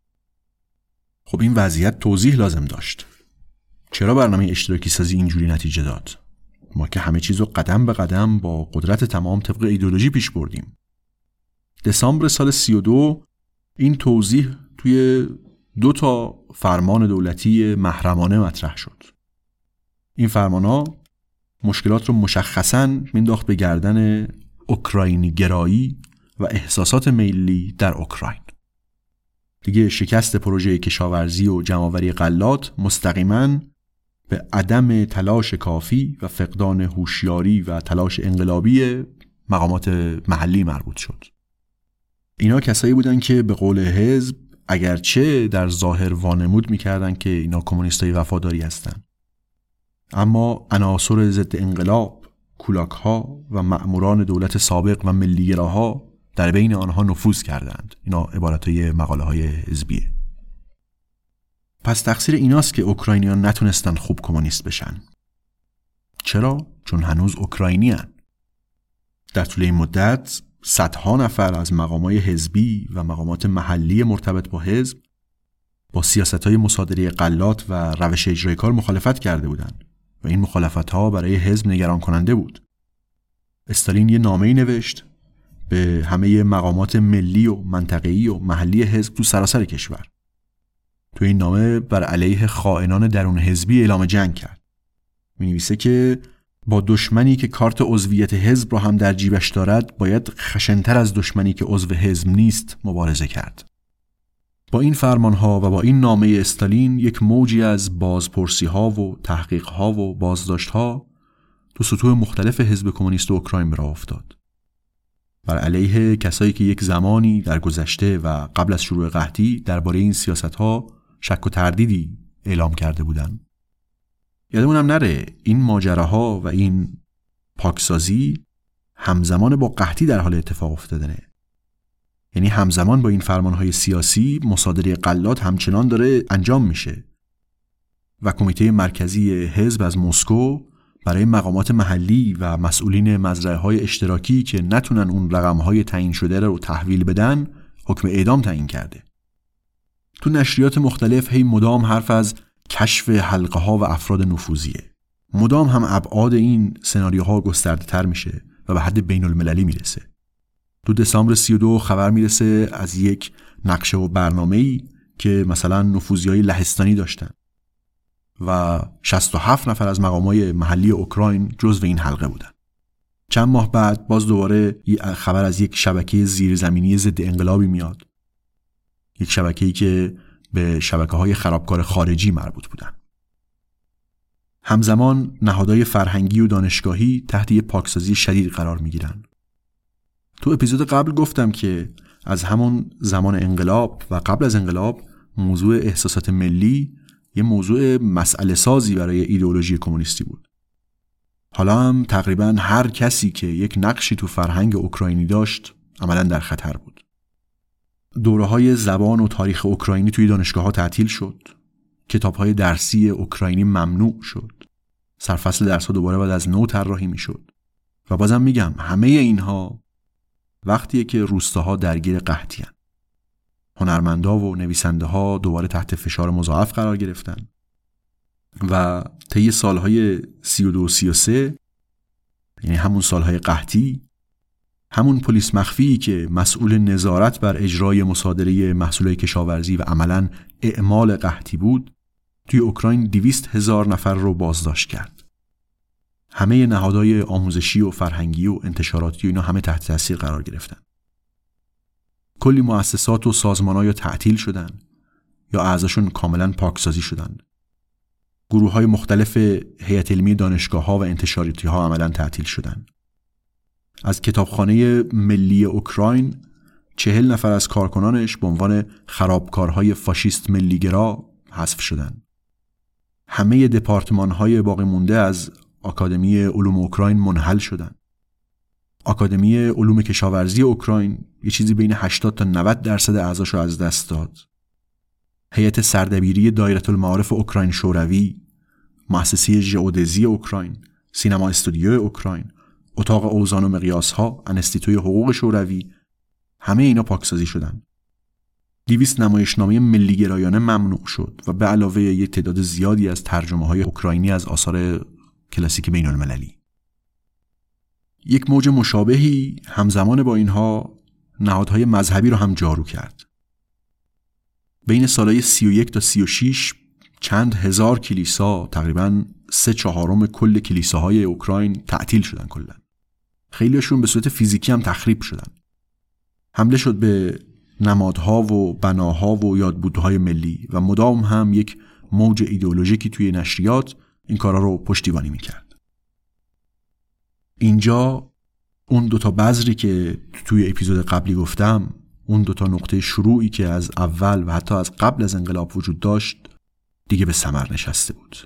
خب این وضعیت توضیح لازم داشت. چرا برنامه اشتراکی سازی اینجوری نتیجه داد؟ ما که همه چیزو قدم به قدم با قدرت تمام طبق ایدئولوژی پیش بردیم. دسامبر سال 32 این توضیح توی 2 فرمان دولتی محرمانه مطرح شد. این فرمان‌ها مشکلات رو مشخصاً مینداخت به گردن اوکراینی گرایی و احساسات میلی در اوکراین. دیگه شکست پروژه کشاورزی و جمع‌آوری غلات مستقیماً به عدم تلاش کافی و فقدان هوشیاری و تلاش انقلابی مقامات محلی مربوط شد. اینا کسایی بودن که به قول حزب اگرچه در ظاهر وانمود میکردن که اینا کمونیستای وفاداری هستن، اما عناصر ضد انقلاب، کولاک‌ها و مأموران دولت سابق و ملیگراها در بین آنها نفوذ کردند. اینا عبارتای مقاله‌های حزبیه. پس تقصیر ایناست که اوکراینیان نتونستن خوب کمونیست بشن. چرا؟ چون هنوز اوکراینی هن. در طول این مدت صدها نفر از مقامات حزبی و مقامات محلی مرتبط با حزب با سیاست‌های مصادره غلات و روش اجرای کار مخالفت کرده بودند و این مخالفت‌ها برای حزب نگران کننده بود. استالین یه نامه‌ای نوشت به همه مقامات ملی و منطقه‌ای و محلی حزب تو سراسر کشور. تو این نامه بر علیه خائنان درون حزبی اعلام جنگ کرد. می‌نویسه که با دشمنی که کارت عضویت حزب رو هم در جیبش دارد باید خشن‌تر از دشمنی که عضو حزب نیست مبارزه کرد. با این فرمانها و با این نامه استالین یک موجی از بازپرسی‌ها و تحقیق‌ها و بازداشت‌ها تو سطوح مختلف حزب کمونیست اوکراین به راه افتاد. بر علیه کسایی که یک زمانی در گذشته و قبل از شروع قحطی درباره این سیاست‌ها شک و تردیدی اعلام کرده بودند. یادمونم نره این ماجراها و این پاکسازی همزمان با قحطی در حال اتفاق افتادنه. یعنی همزمان با این فرمانهای سیاسی مصادره غلات همچنان داره انجام میشه و کمیته مرکزی حزب از مسکو برای مقامات محلی و مسئولین مزرعه‌های اشتراکی که نتونن اون رقم‌های تعیین شده رو تحویل بدن حکم اعدام تعیین کرده. تو نشریات مختلف هی مدام حرف از کشف حلقه‌ها و افراد نفوذیه. مدام هم ابعاد این سناریوها گسترده‌تر میشه و به حد بین‌المللی میرسه. تو دسامبر 32 خبر میرسه از یک نقشه و برنامه‌ای که مثلا نفوذیای لهستانی داشتن و 67 نفر از مقامات محلی اوکراین جزو این حلقه بودن. چند ماه بعد باز دوباره خبر از یک شبکه زیرزمینی ضد انقلابی میاد. یک شبکه‌ای که به شبکه‌های خرابکار خارجی مربوط بودن. همزمان نهادهای فرهنگی و دانشگاهی تحت یک پاکسازی شدید قرار میگیرن. تو اپیزود قبل گفتم که از همون زمان انقلاب و قبل از انقلاب موضوع احساسات ملی یه موضوع مسئله سازی برای ایدئولوژی کمونیستی بود. حالا هم تقریباً هر کسی که یک نقشی تو فرهنگ اوکراینی داشت عملاً در خطر بود. دوره‌های زبان و تاریخ اوکراینی توی دانشگاه‌ها تعطیل شد. کتاب‌های درسی اوکراینی ممنوع شد. سرفصل درس‌ها دوباره باید از نو طراحی می‌شد. و بازم میگم همه اینها وقتیه که روستاها درگیر قحطی‌ان. هنرمندا و نویسنده‌ها دوباره تحت فشار مضاعف قرار گرفتن. و طی سال‌های 32 و 33 یعنی همون سالهای قحطی، همون پلیس مخفی که مسئول نظارت بر اجرای مصادره محصولات کشاورزی و عملاً اعمال قحطی بود، توی اوکراین 200,000 نفر رو بازداشت کرد. همه نهادهای آموزشی و فرهنگی و انتشاراتی و اینا همه تحت تاثیر قرار گرفتن. کلی مؤسسات و سازمان‌ها یا تعطیل شدن یا اعضاشون کاملاً پاکسازی شدن. گروه‌های مختلف هیئت علمی دانشگاه‌ها و انتشاراتی‌ها عملاً تعطیل شدن. از کتابخانه ملی اوکراین 40 نفر از کارکنانش به عنوان خرابکارهای فاشیست ملیگرا حذف شدن. همه دپارتمان‌های باقی مونده از آکادمی علوم اوکراین منحل شدن. آکادمی علوم کشاورزی اوکراین یه چیزی بین 80 تا 90% اعضاشو از دست داد. هیئت سردبیری دایره المعارف اوکراین شوروی، مؤسسه ژئودزی اوکراین، سینما استودیو اوکراین، اتاق اوزان و مقیاس‌ها، انستیتوی حقوق شوروی، همه اینا پاکسازی شدن. 200 نمایشنامه ملیگرایانه ممنوع شد و به علاوه یک تعداد زیادی از ترجمه‌های اوکراینی از آثار کلاسیک بین‌المللی. یک موج مشابهی همزمان با اینها نهادهای مذهبی رو هم جارو کرد. بین سالهای 31 تا 36 چند هزار کلیسا، تقریباً 3/4 کل کلیساهای اوکراین تعطیل شدن کلاً. خیلیشون به صورت فیزیکی هم تخریب شدن. حمله شد به نمادها و بناها و یادبودهای ملی و مدام هم یک موج ایدئولوژیکی توی نشریات این کارا رو پشتیبانی میکرد. اینجا اون دوتا بذری که توی اپیزود قبلی گفتم، اون دوتا نقطه شروعی که از اول و حتی از قبل از انقلاب وجود داشت دیگه به ثمر نشسته بود.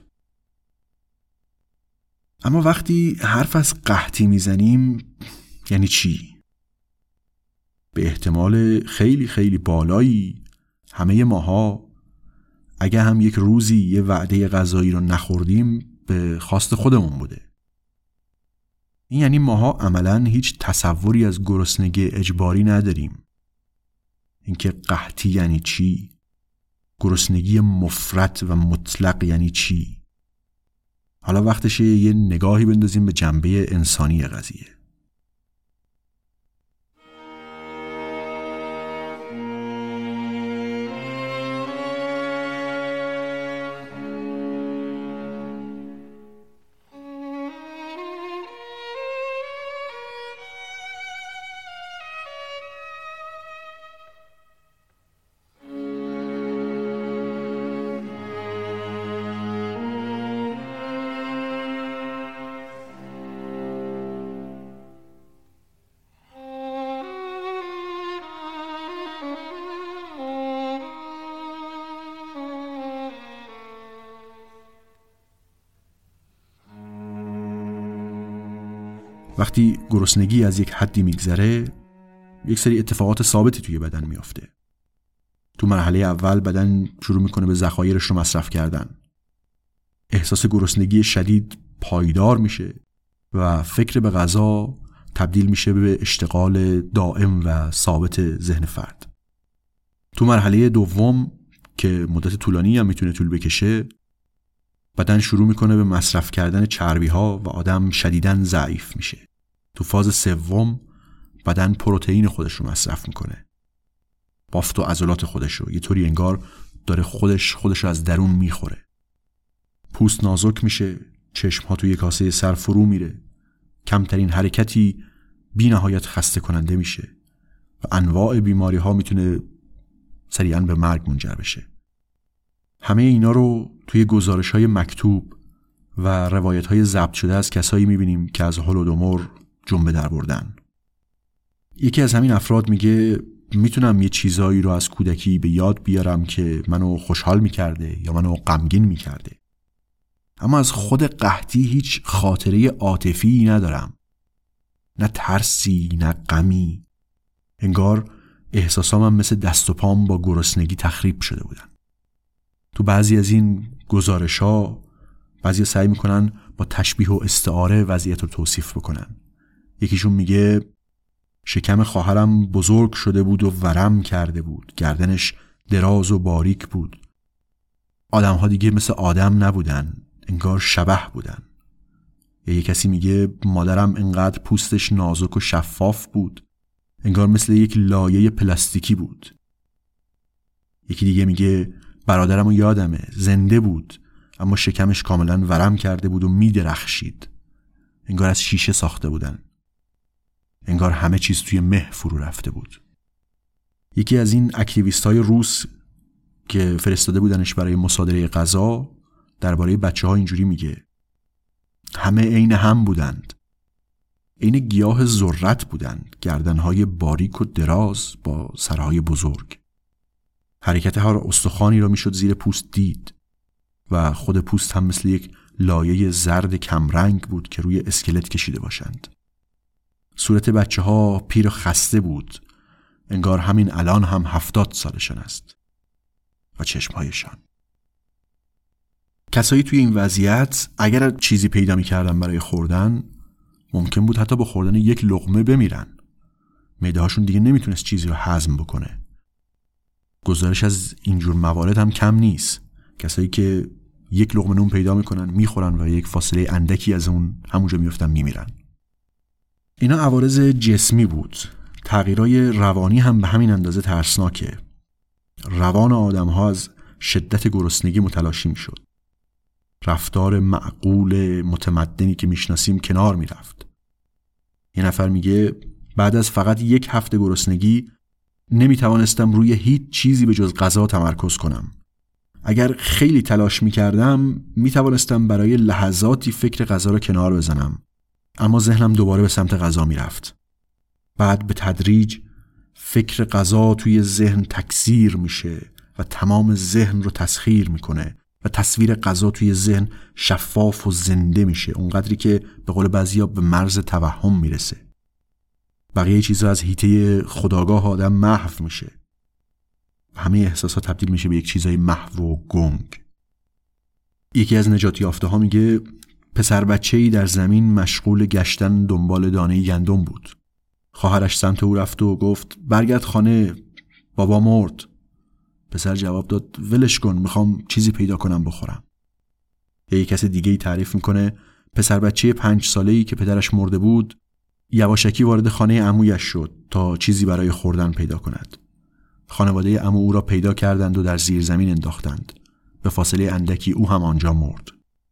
اما وقتی حرف از قحطی میزنیم یعنی چی؟ به احتمال خیلی خیلی بالایی همه ماها اگه هم یک روزی یه وعده غذایی رو نخوردیم به خواست خودمون بوده. این یعنی ماها عملاً هیچ تصوری از گرسنگی اجباری نداریم. اینکه قحطی یعنی چی؟ گرسنگی مفرط و مطلق یعنی چی؟ حالا وقتشه یه نگاهی بندازیم به جنبه انسانی قضیه. وقتی گرسنگی از یک حدی میگذره یک سری اتفاقات ثابتی توی بدن میافته. تو مرحله اول بدن شروع میکنه به ذخایرش رو مصرف کردن. احساس گرسنگی شدید پایدار میشه و فکر به غذا تبدیل میشه به اشتغال دائم و ثابت ذهن فرد. تو مرحله دوم که مدت طولانی هم میتونه طول بکشه، بدن شروع میکنه به مصرف کردن چربی ها و آدم شدیداً ضعیف میشه. تو فاز سوم بدن پروتئین خودش رو مصرف میکنه. بافت و عضلات خودش رو یه طوری انگار داره خودش رو از درون میخوره. پوست نازک میشه، چشم ها توی کاسه سر فرو میره. کمترین حرکتی بی نهایت خسته کننده میشه و انواع بیماری ها میتونه سریعاً به مرگ منجر بشه. همه اینا رو توی گزارش‌های مکتوب و روایت‌های ضبط شده از کسایی می‌بینیم که از هولودومور جنبه در بردن. یکی از همین افراد میگه میتونم یه چیزایی رو از کودکی به یاد بیارم که منو خوشحال می‌کرده یا منو غمگین می‌کرده. اما از خود قحطی هیچ خاطره عاطفی ندارم. نه ترسی، نه غمی. انگار احساسام مثل دست و پام با گرسنگی تخریب شده بودن. تو بعضی از این گزارش‌ها بعضی سعی میکنن با تشبیه و استعاره وضعیت رو توصیف بکنن. یکیشون میگه شکم خواهرم بزرگ شده بود و ورم کرده بود، گردنش دراز و باریک بود. آدم‌ها دیگه مثل آدم نبودن، انگار شبح بودن. یا کسی میگه مادرم انقدر پوستش نازک و شفاف بود انگار مثل یک لایه پلاستیکی بود. یکی دیگه میگه برادرمو یادمه زنده بود اما شکمش کاملا ورم کرده بود و میدرخشید، انگار از شیشه ساخته بودن، انگار همه چیز توی مه فرو رفته بود. یکی از این اکتیویست‌های روس که فرستاده بودنش برای مصادره غذا درباره بچه‌ها اینجوری میگه همه عین هم بودند، عین گیاه ذرت بودند، گردن‌های باریک و دراز با سرهای بزرگ. حرکت هر استخوانی را میشد زیر پوست دید و خود پوست هم مثل یک لایه زرد کمرنگ بود که روی اسکلت کشیده باشند. صورت بچه‌ها پیر و خسته بود، انگار همین الان هم 70 سالشان است. و چشمهایشان. کسایی توی این وضعیت اگر چیزی پیدا می‌کردن برای خوردن ممکن بود حتی با خوردن یک لقمه بمیرن. معده‌هاشون دیگه نمیتونست چیزی رو هضم بکنه. گزارش از اینجور موارد هم کم نیست. کسایی که یک لقمه نون پیدا میکنن میخورن و یک فاصله اندکی از اون همونجا میفتن میمیرن. اینا عوارض جسمی بود. تغییرای روانی هم به همین اندازه ترسناکه. روان آدم‌ها از شدت گرسنگی متلاشی میشد. رفتار معقول متمدنی که میشناسیم کنار میرفت. یه نفر میگه بعد از فقط یک هفته گرسنگی نمیتوانستم روی هیچ چیزی به جز غذا تمرکز کنم. اگر خیلی تلاش میکردم میتوانستم برای لحظاتی فکر غذا را کنار بزنم، اما ذهنم دوباره به سمت غذا میرفت. بعد به تدریج فکر غذا توی ذهن تکثیر میشه و تمام ذهن رو تسخیر میکنه و تصویر غذا توی ذهن شفاف و زنده میشه، اونقدری که به قول بعضیا به مرز توهم میرسه. بقیه چیزا از حیطه خودآگاه آدم محو میشه و همه احساسات تبدیل میشه به یک چیزای محو و گنگ. یکی از نجات یافته ها میگه پسر بچه‌ای در زمین مشغول گشتن دنبال دانه گندم بود. خواهرش سمت او رفت و گفت برگرد خانه، بابا مرد. پسر جواب داد ولش کن، میخوام چیزی پیدا کنم بخورم. یک کس دیگه‌ای تعریف میکنه پسر بچه 5 ساله‌ای که پدرش مرده بود یواشکی وارد خانه عمویش شد تا چیزی برای خوردن پیدا کند. خانواده عمو او را پیدا کردند و در زیر زمین انداختند. به فاصله اندکی او هم آنجا مرد.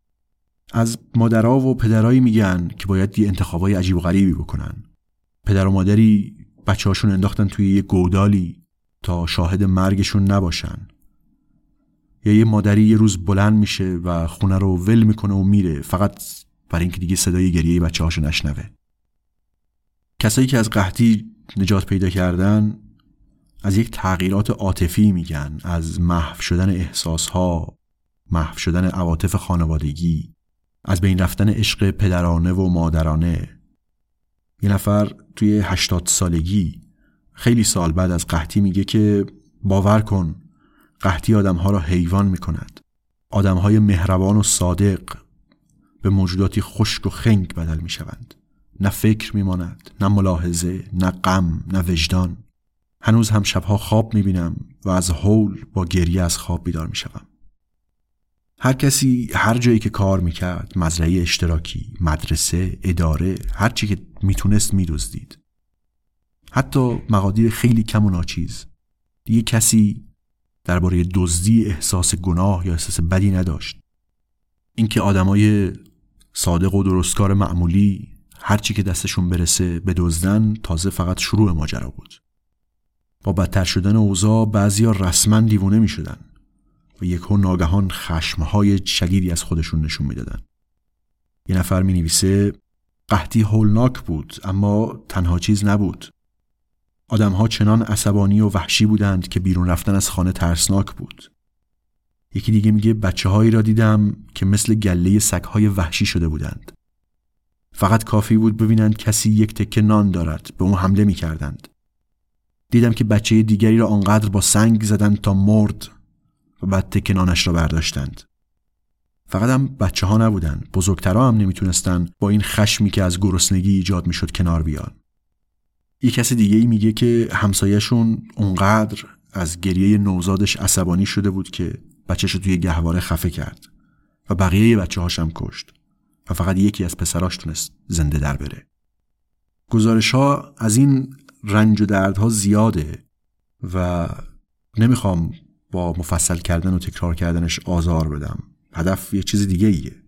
از مادرها و پدرایی میگن که باید یه انتخابای عجیب و غریبی بکنن. پدر و مادری بچه‌هاشون انداختن توی یه گودالی تا شاهد مرگشون نباشن. یا یه مادری یه روز بلند میشه و خونه رو ول میکنه و میره فقط برای اینکه دیگه صدای گریه بچه‌هاشو نشنوه. کسایی که از قحطی نجات پیدا کردن از یک تغییرات عاطفی میگن، از محو شدن احساسها، محو شدن عواطف خانوادگی، از بین رفتن عشق پدرانه و مادرانه. یه نفر توی 80 سالگی خیلی سال بعد از قحطی میگه که باور کن قحطی آدمها را حیوان میکند. آدمهای مهربان و صادق به موجوداتی خشک و خنگ بدل میشوند. نه فکر میماند، نه ملاحظه، نه غم، نه وجدان. هنوز هم شبها خواب میبینم و از هول با گریه از خواب بیدار میشوم. هر کسی هر جایی که کار میکرد، مزرعه اشتراکی، مدرسه، اداره، هر چی که میتونست میدزدید. حتی مقادیر خیلی کم و ناچیز. دیگه کسی درباره دزدی احساس گناه یا احساس بدی نداشت. اینکه آدمای صادق و درستکار معمولی هر چی که دستشون برسه بدزدن تازه فقط شروع ماجرا بود. با بدتر شدن اوضاع بعضیا رسما دیوونه می شدن و یکو ناگهان خشمهای شدیدی از خودشون نشون می دادن. یه نفر می نویسه قحطی هولناک بود اما تنها چیز نبود. آدمها چنان عصبانی و وحشی بودند که بیرون رفتن از خانه ترسناک بود. یکی دیگه میگه بچه‌هایی را دیدم که مثل گله سگ‌های وحشی شده بودند. فقط کافی بود ببینند کسی یک تکه نان دارد به اون حمله می‌کردند. دیدم که بچه دیگری را آنقدر با سنگ زدند تا مرد و بعد تکه نانش را برداشتند. فقط هم بچه‌ها نبودند، بزرگترها هم نمیتونستن با این خشمی که از گرسنگی ایجاد میشد کنار بیان. یک کسی دیگه‌ای میگه که همسایه‌شون اونقدر از گریه نوزادش عصبانی شده بود که بچه‌شو توی گهواره خفه کرد و بقیه بچه‌هاش هم کشت. و فقط یکی از پسراش تونست زنده در بره. گزارش‌ها از این رنج و دردها زیاده و نمیخوام با مفصل کردن و تکرار کردنش آزار بدم. هدف یه چیز دیگه ایه.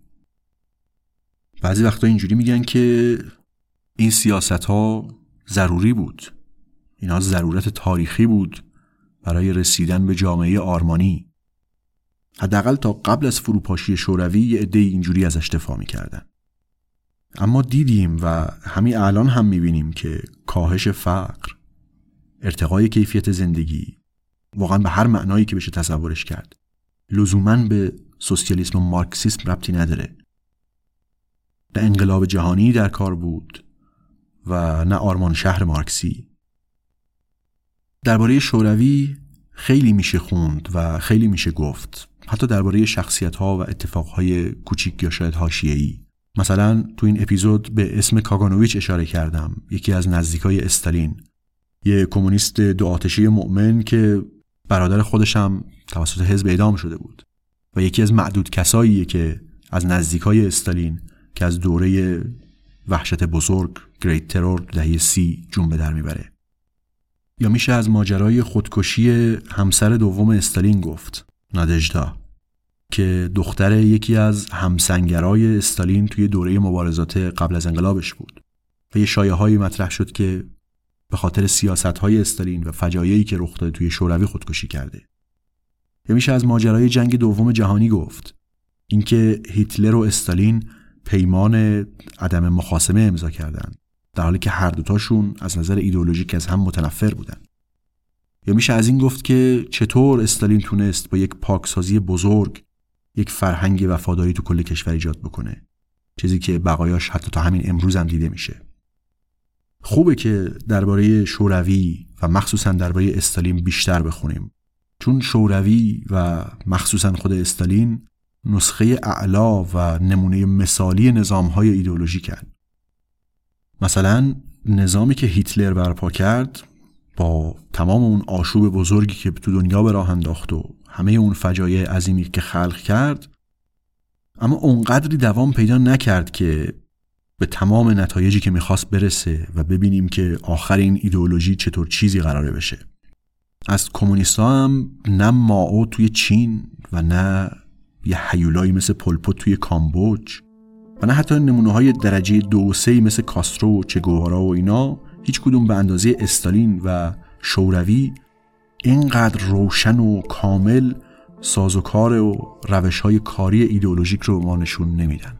بعضی وقتا اینجوری میگن که این سیاست‌ها ضروری بود. اینا ضرورت تاریخی بود برای رسیدن به جامعه آرمانی. حداقل تا قبل از فروپاشی شوروی یه عده اینجوری ازش دفاع می‌کردن. اما دیدیم و همین الان هم می‌بینیم که کاهش فقر، ارتقای کیفیت زندگی، واقعا به هر معنایی که بشه تصورش کرد، لزوماً به سوسیالیسم و مارکسیسم ربطی نداره. نه انقلاب جهانی در کار بود و نه آرمان شهر مارکسی. درباره شوروی خیلی میشه خوند و خیلی میشه گفت، حتی درباره شخصیت‌ها و اتفاقهای کوچیک یا شاید حاشیه‌ای. مثلا تو این اپیزود به اسم کاگانوویچ اشاره کردم، یکی از نزدیکای استالین، یه کمونیست دو آتشی مؤمن که برادر خودش هم توسط حزب اعدام شده بود و یکی از معدود کساییه که از نزدیکای استالین که از دوره وحشت بزرگ گریت ترور دهه 30 جون به در میبره. یا میشه از ماجرای خودکشی همسر دوم استالین گفت، نادژدا، که دختر یکی از همسنگرای استالین توی دوره مبارزات قبل از انقلابش بود و یه شایعه‌هایی مطرح شد که به خاطر سیاست‌های استالین و فجایعی که رخ داده توی شوروی خودکشی کرده. یا میشه از ماجرای جنگ دوم جهانی گفت، اینکه هیتلر و استالین پیمان عدم مخاصمه امضا کردند در حالی که هر دوتاشون از نظر ایدئولوژیک از هم متنفر بودن. یا میشه از این گفت که چطور استالین تونست با یک پاکسازی بزرگ یک فرهنگ وفاداری تو کل کشور ایجاد بکنه، چیزی که بقایاش حتی تا همین امروز هم دیده میشه. خوبه که درباره شوروی و مخصوصا درباره استالین بیشتر بخونیم، چون شوروی و مخصوصا خود استالین نسخه اعلا و نمونه مثالی نظام‌های ایدئولوژیکن. مثلا نظامی که هیتلر برپا کرد با تمام اون آشوب بزرگی که تو دنیا به راه انداخت و همه اون فجایع عظیمی که خلق کرد، اما اونقدری دوام پیدا نکرد که به تمام نتایجی که میخواست برسه و ببینیم که آخر این ایدئولوژی چطور چیزی قراره بشه. از کمونیستا هم نه مائو توی چین و نه یه هیولایی مثل پل پوت توی کامبوج و نه حتی نمونه‌های درجه 2 و 3 مثل کاسترو و چگوارا و اینا، هیچ کدوم به اندازه استالین و شوروی اینقدر روشن و کامل سازوکار و روش‌های کاری ایدئولوژیک رو ما نشون نمیدن.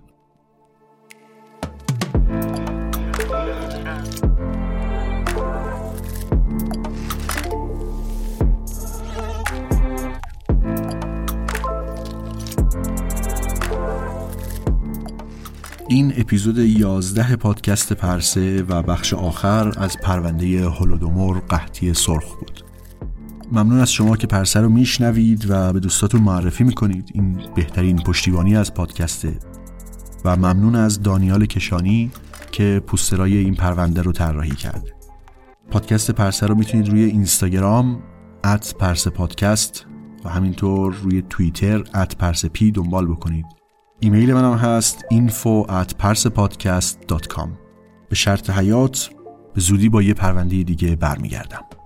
این اپیزود 11 پادکست پرسه و بخش آخر از پرونده هولودومور قحطی سرخ بود. ممنون از شما که پرسه رو میشنوید و به دوستاتون معرفی میکنید. این بهترین پشتیبانی از پادکسته. و ممنون از دانیال کشانی که پوسترای این پرونده رو طراحی کرد. پادکست پرسه رو میتونید روی اینستاگرام @persepodcast و همینطور روی توییتر @persep دنبال بکنید. ایمیل منم هست info@persepodcast.com. به شرط حیات به زودی با یه پرونده دیگه برمیگردم.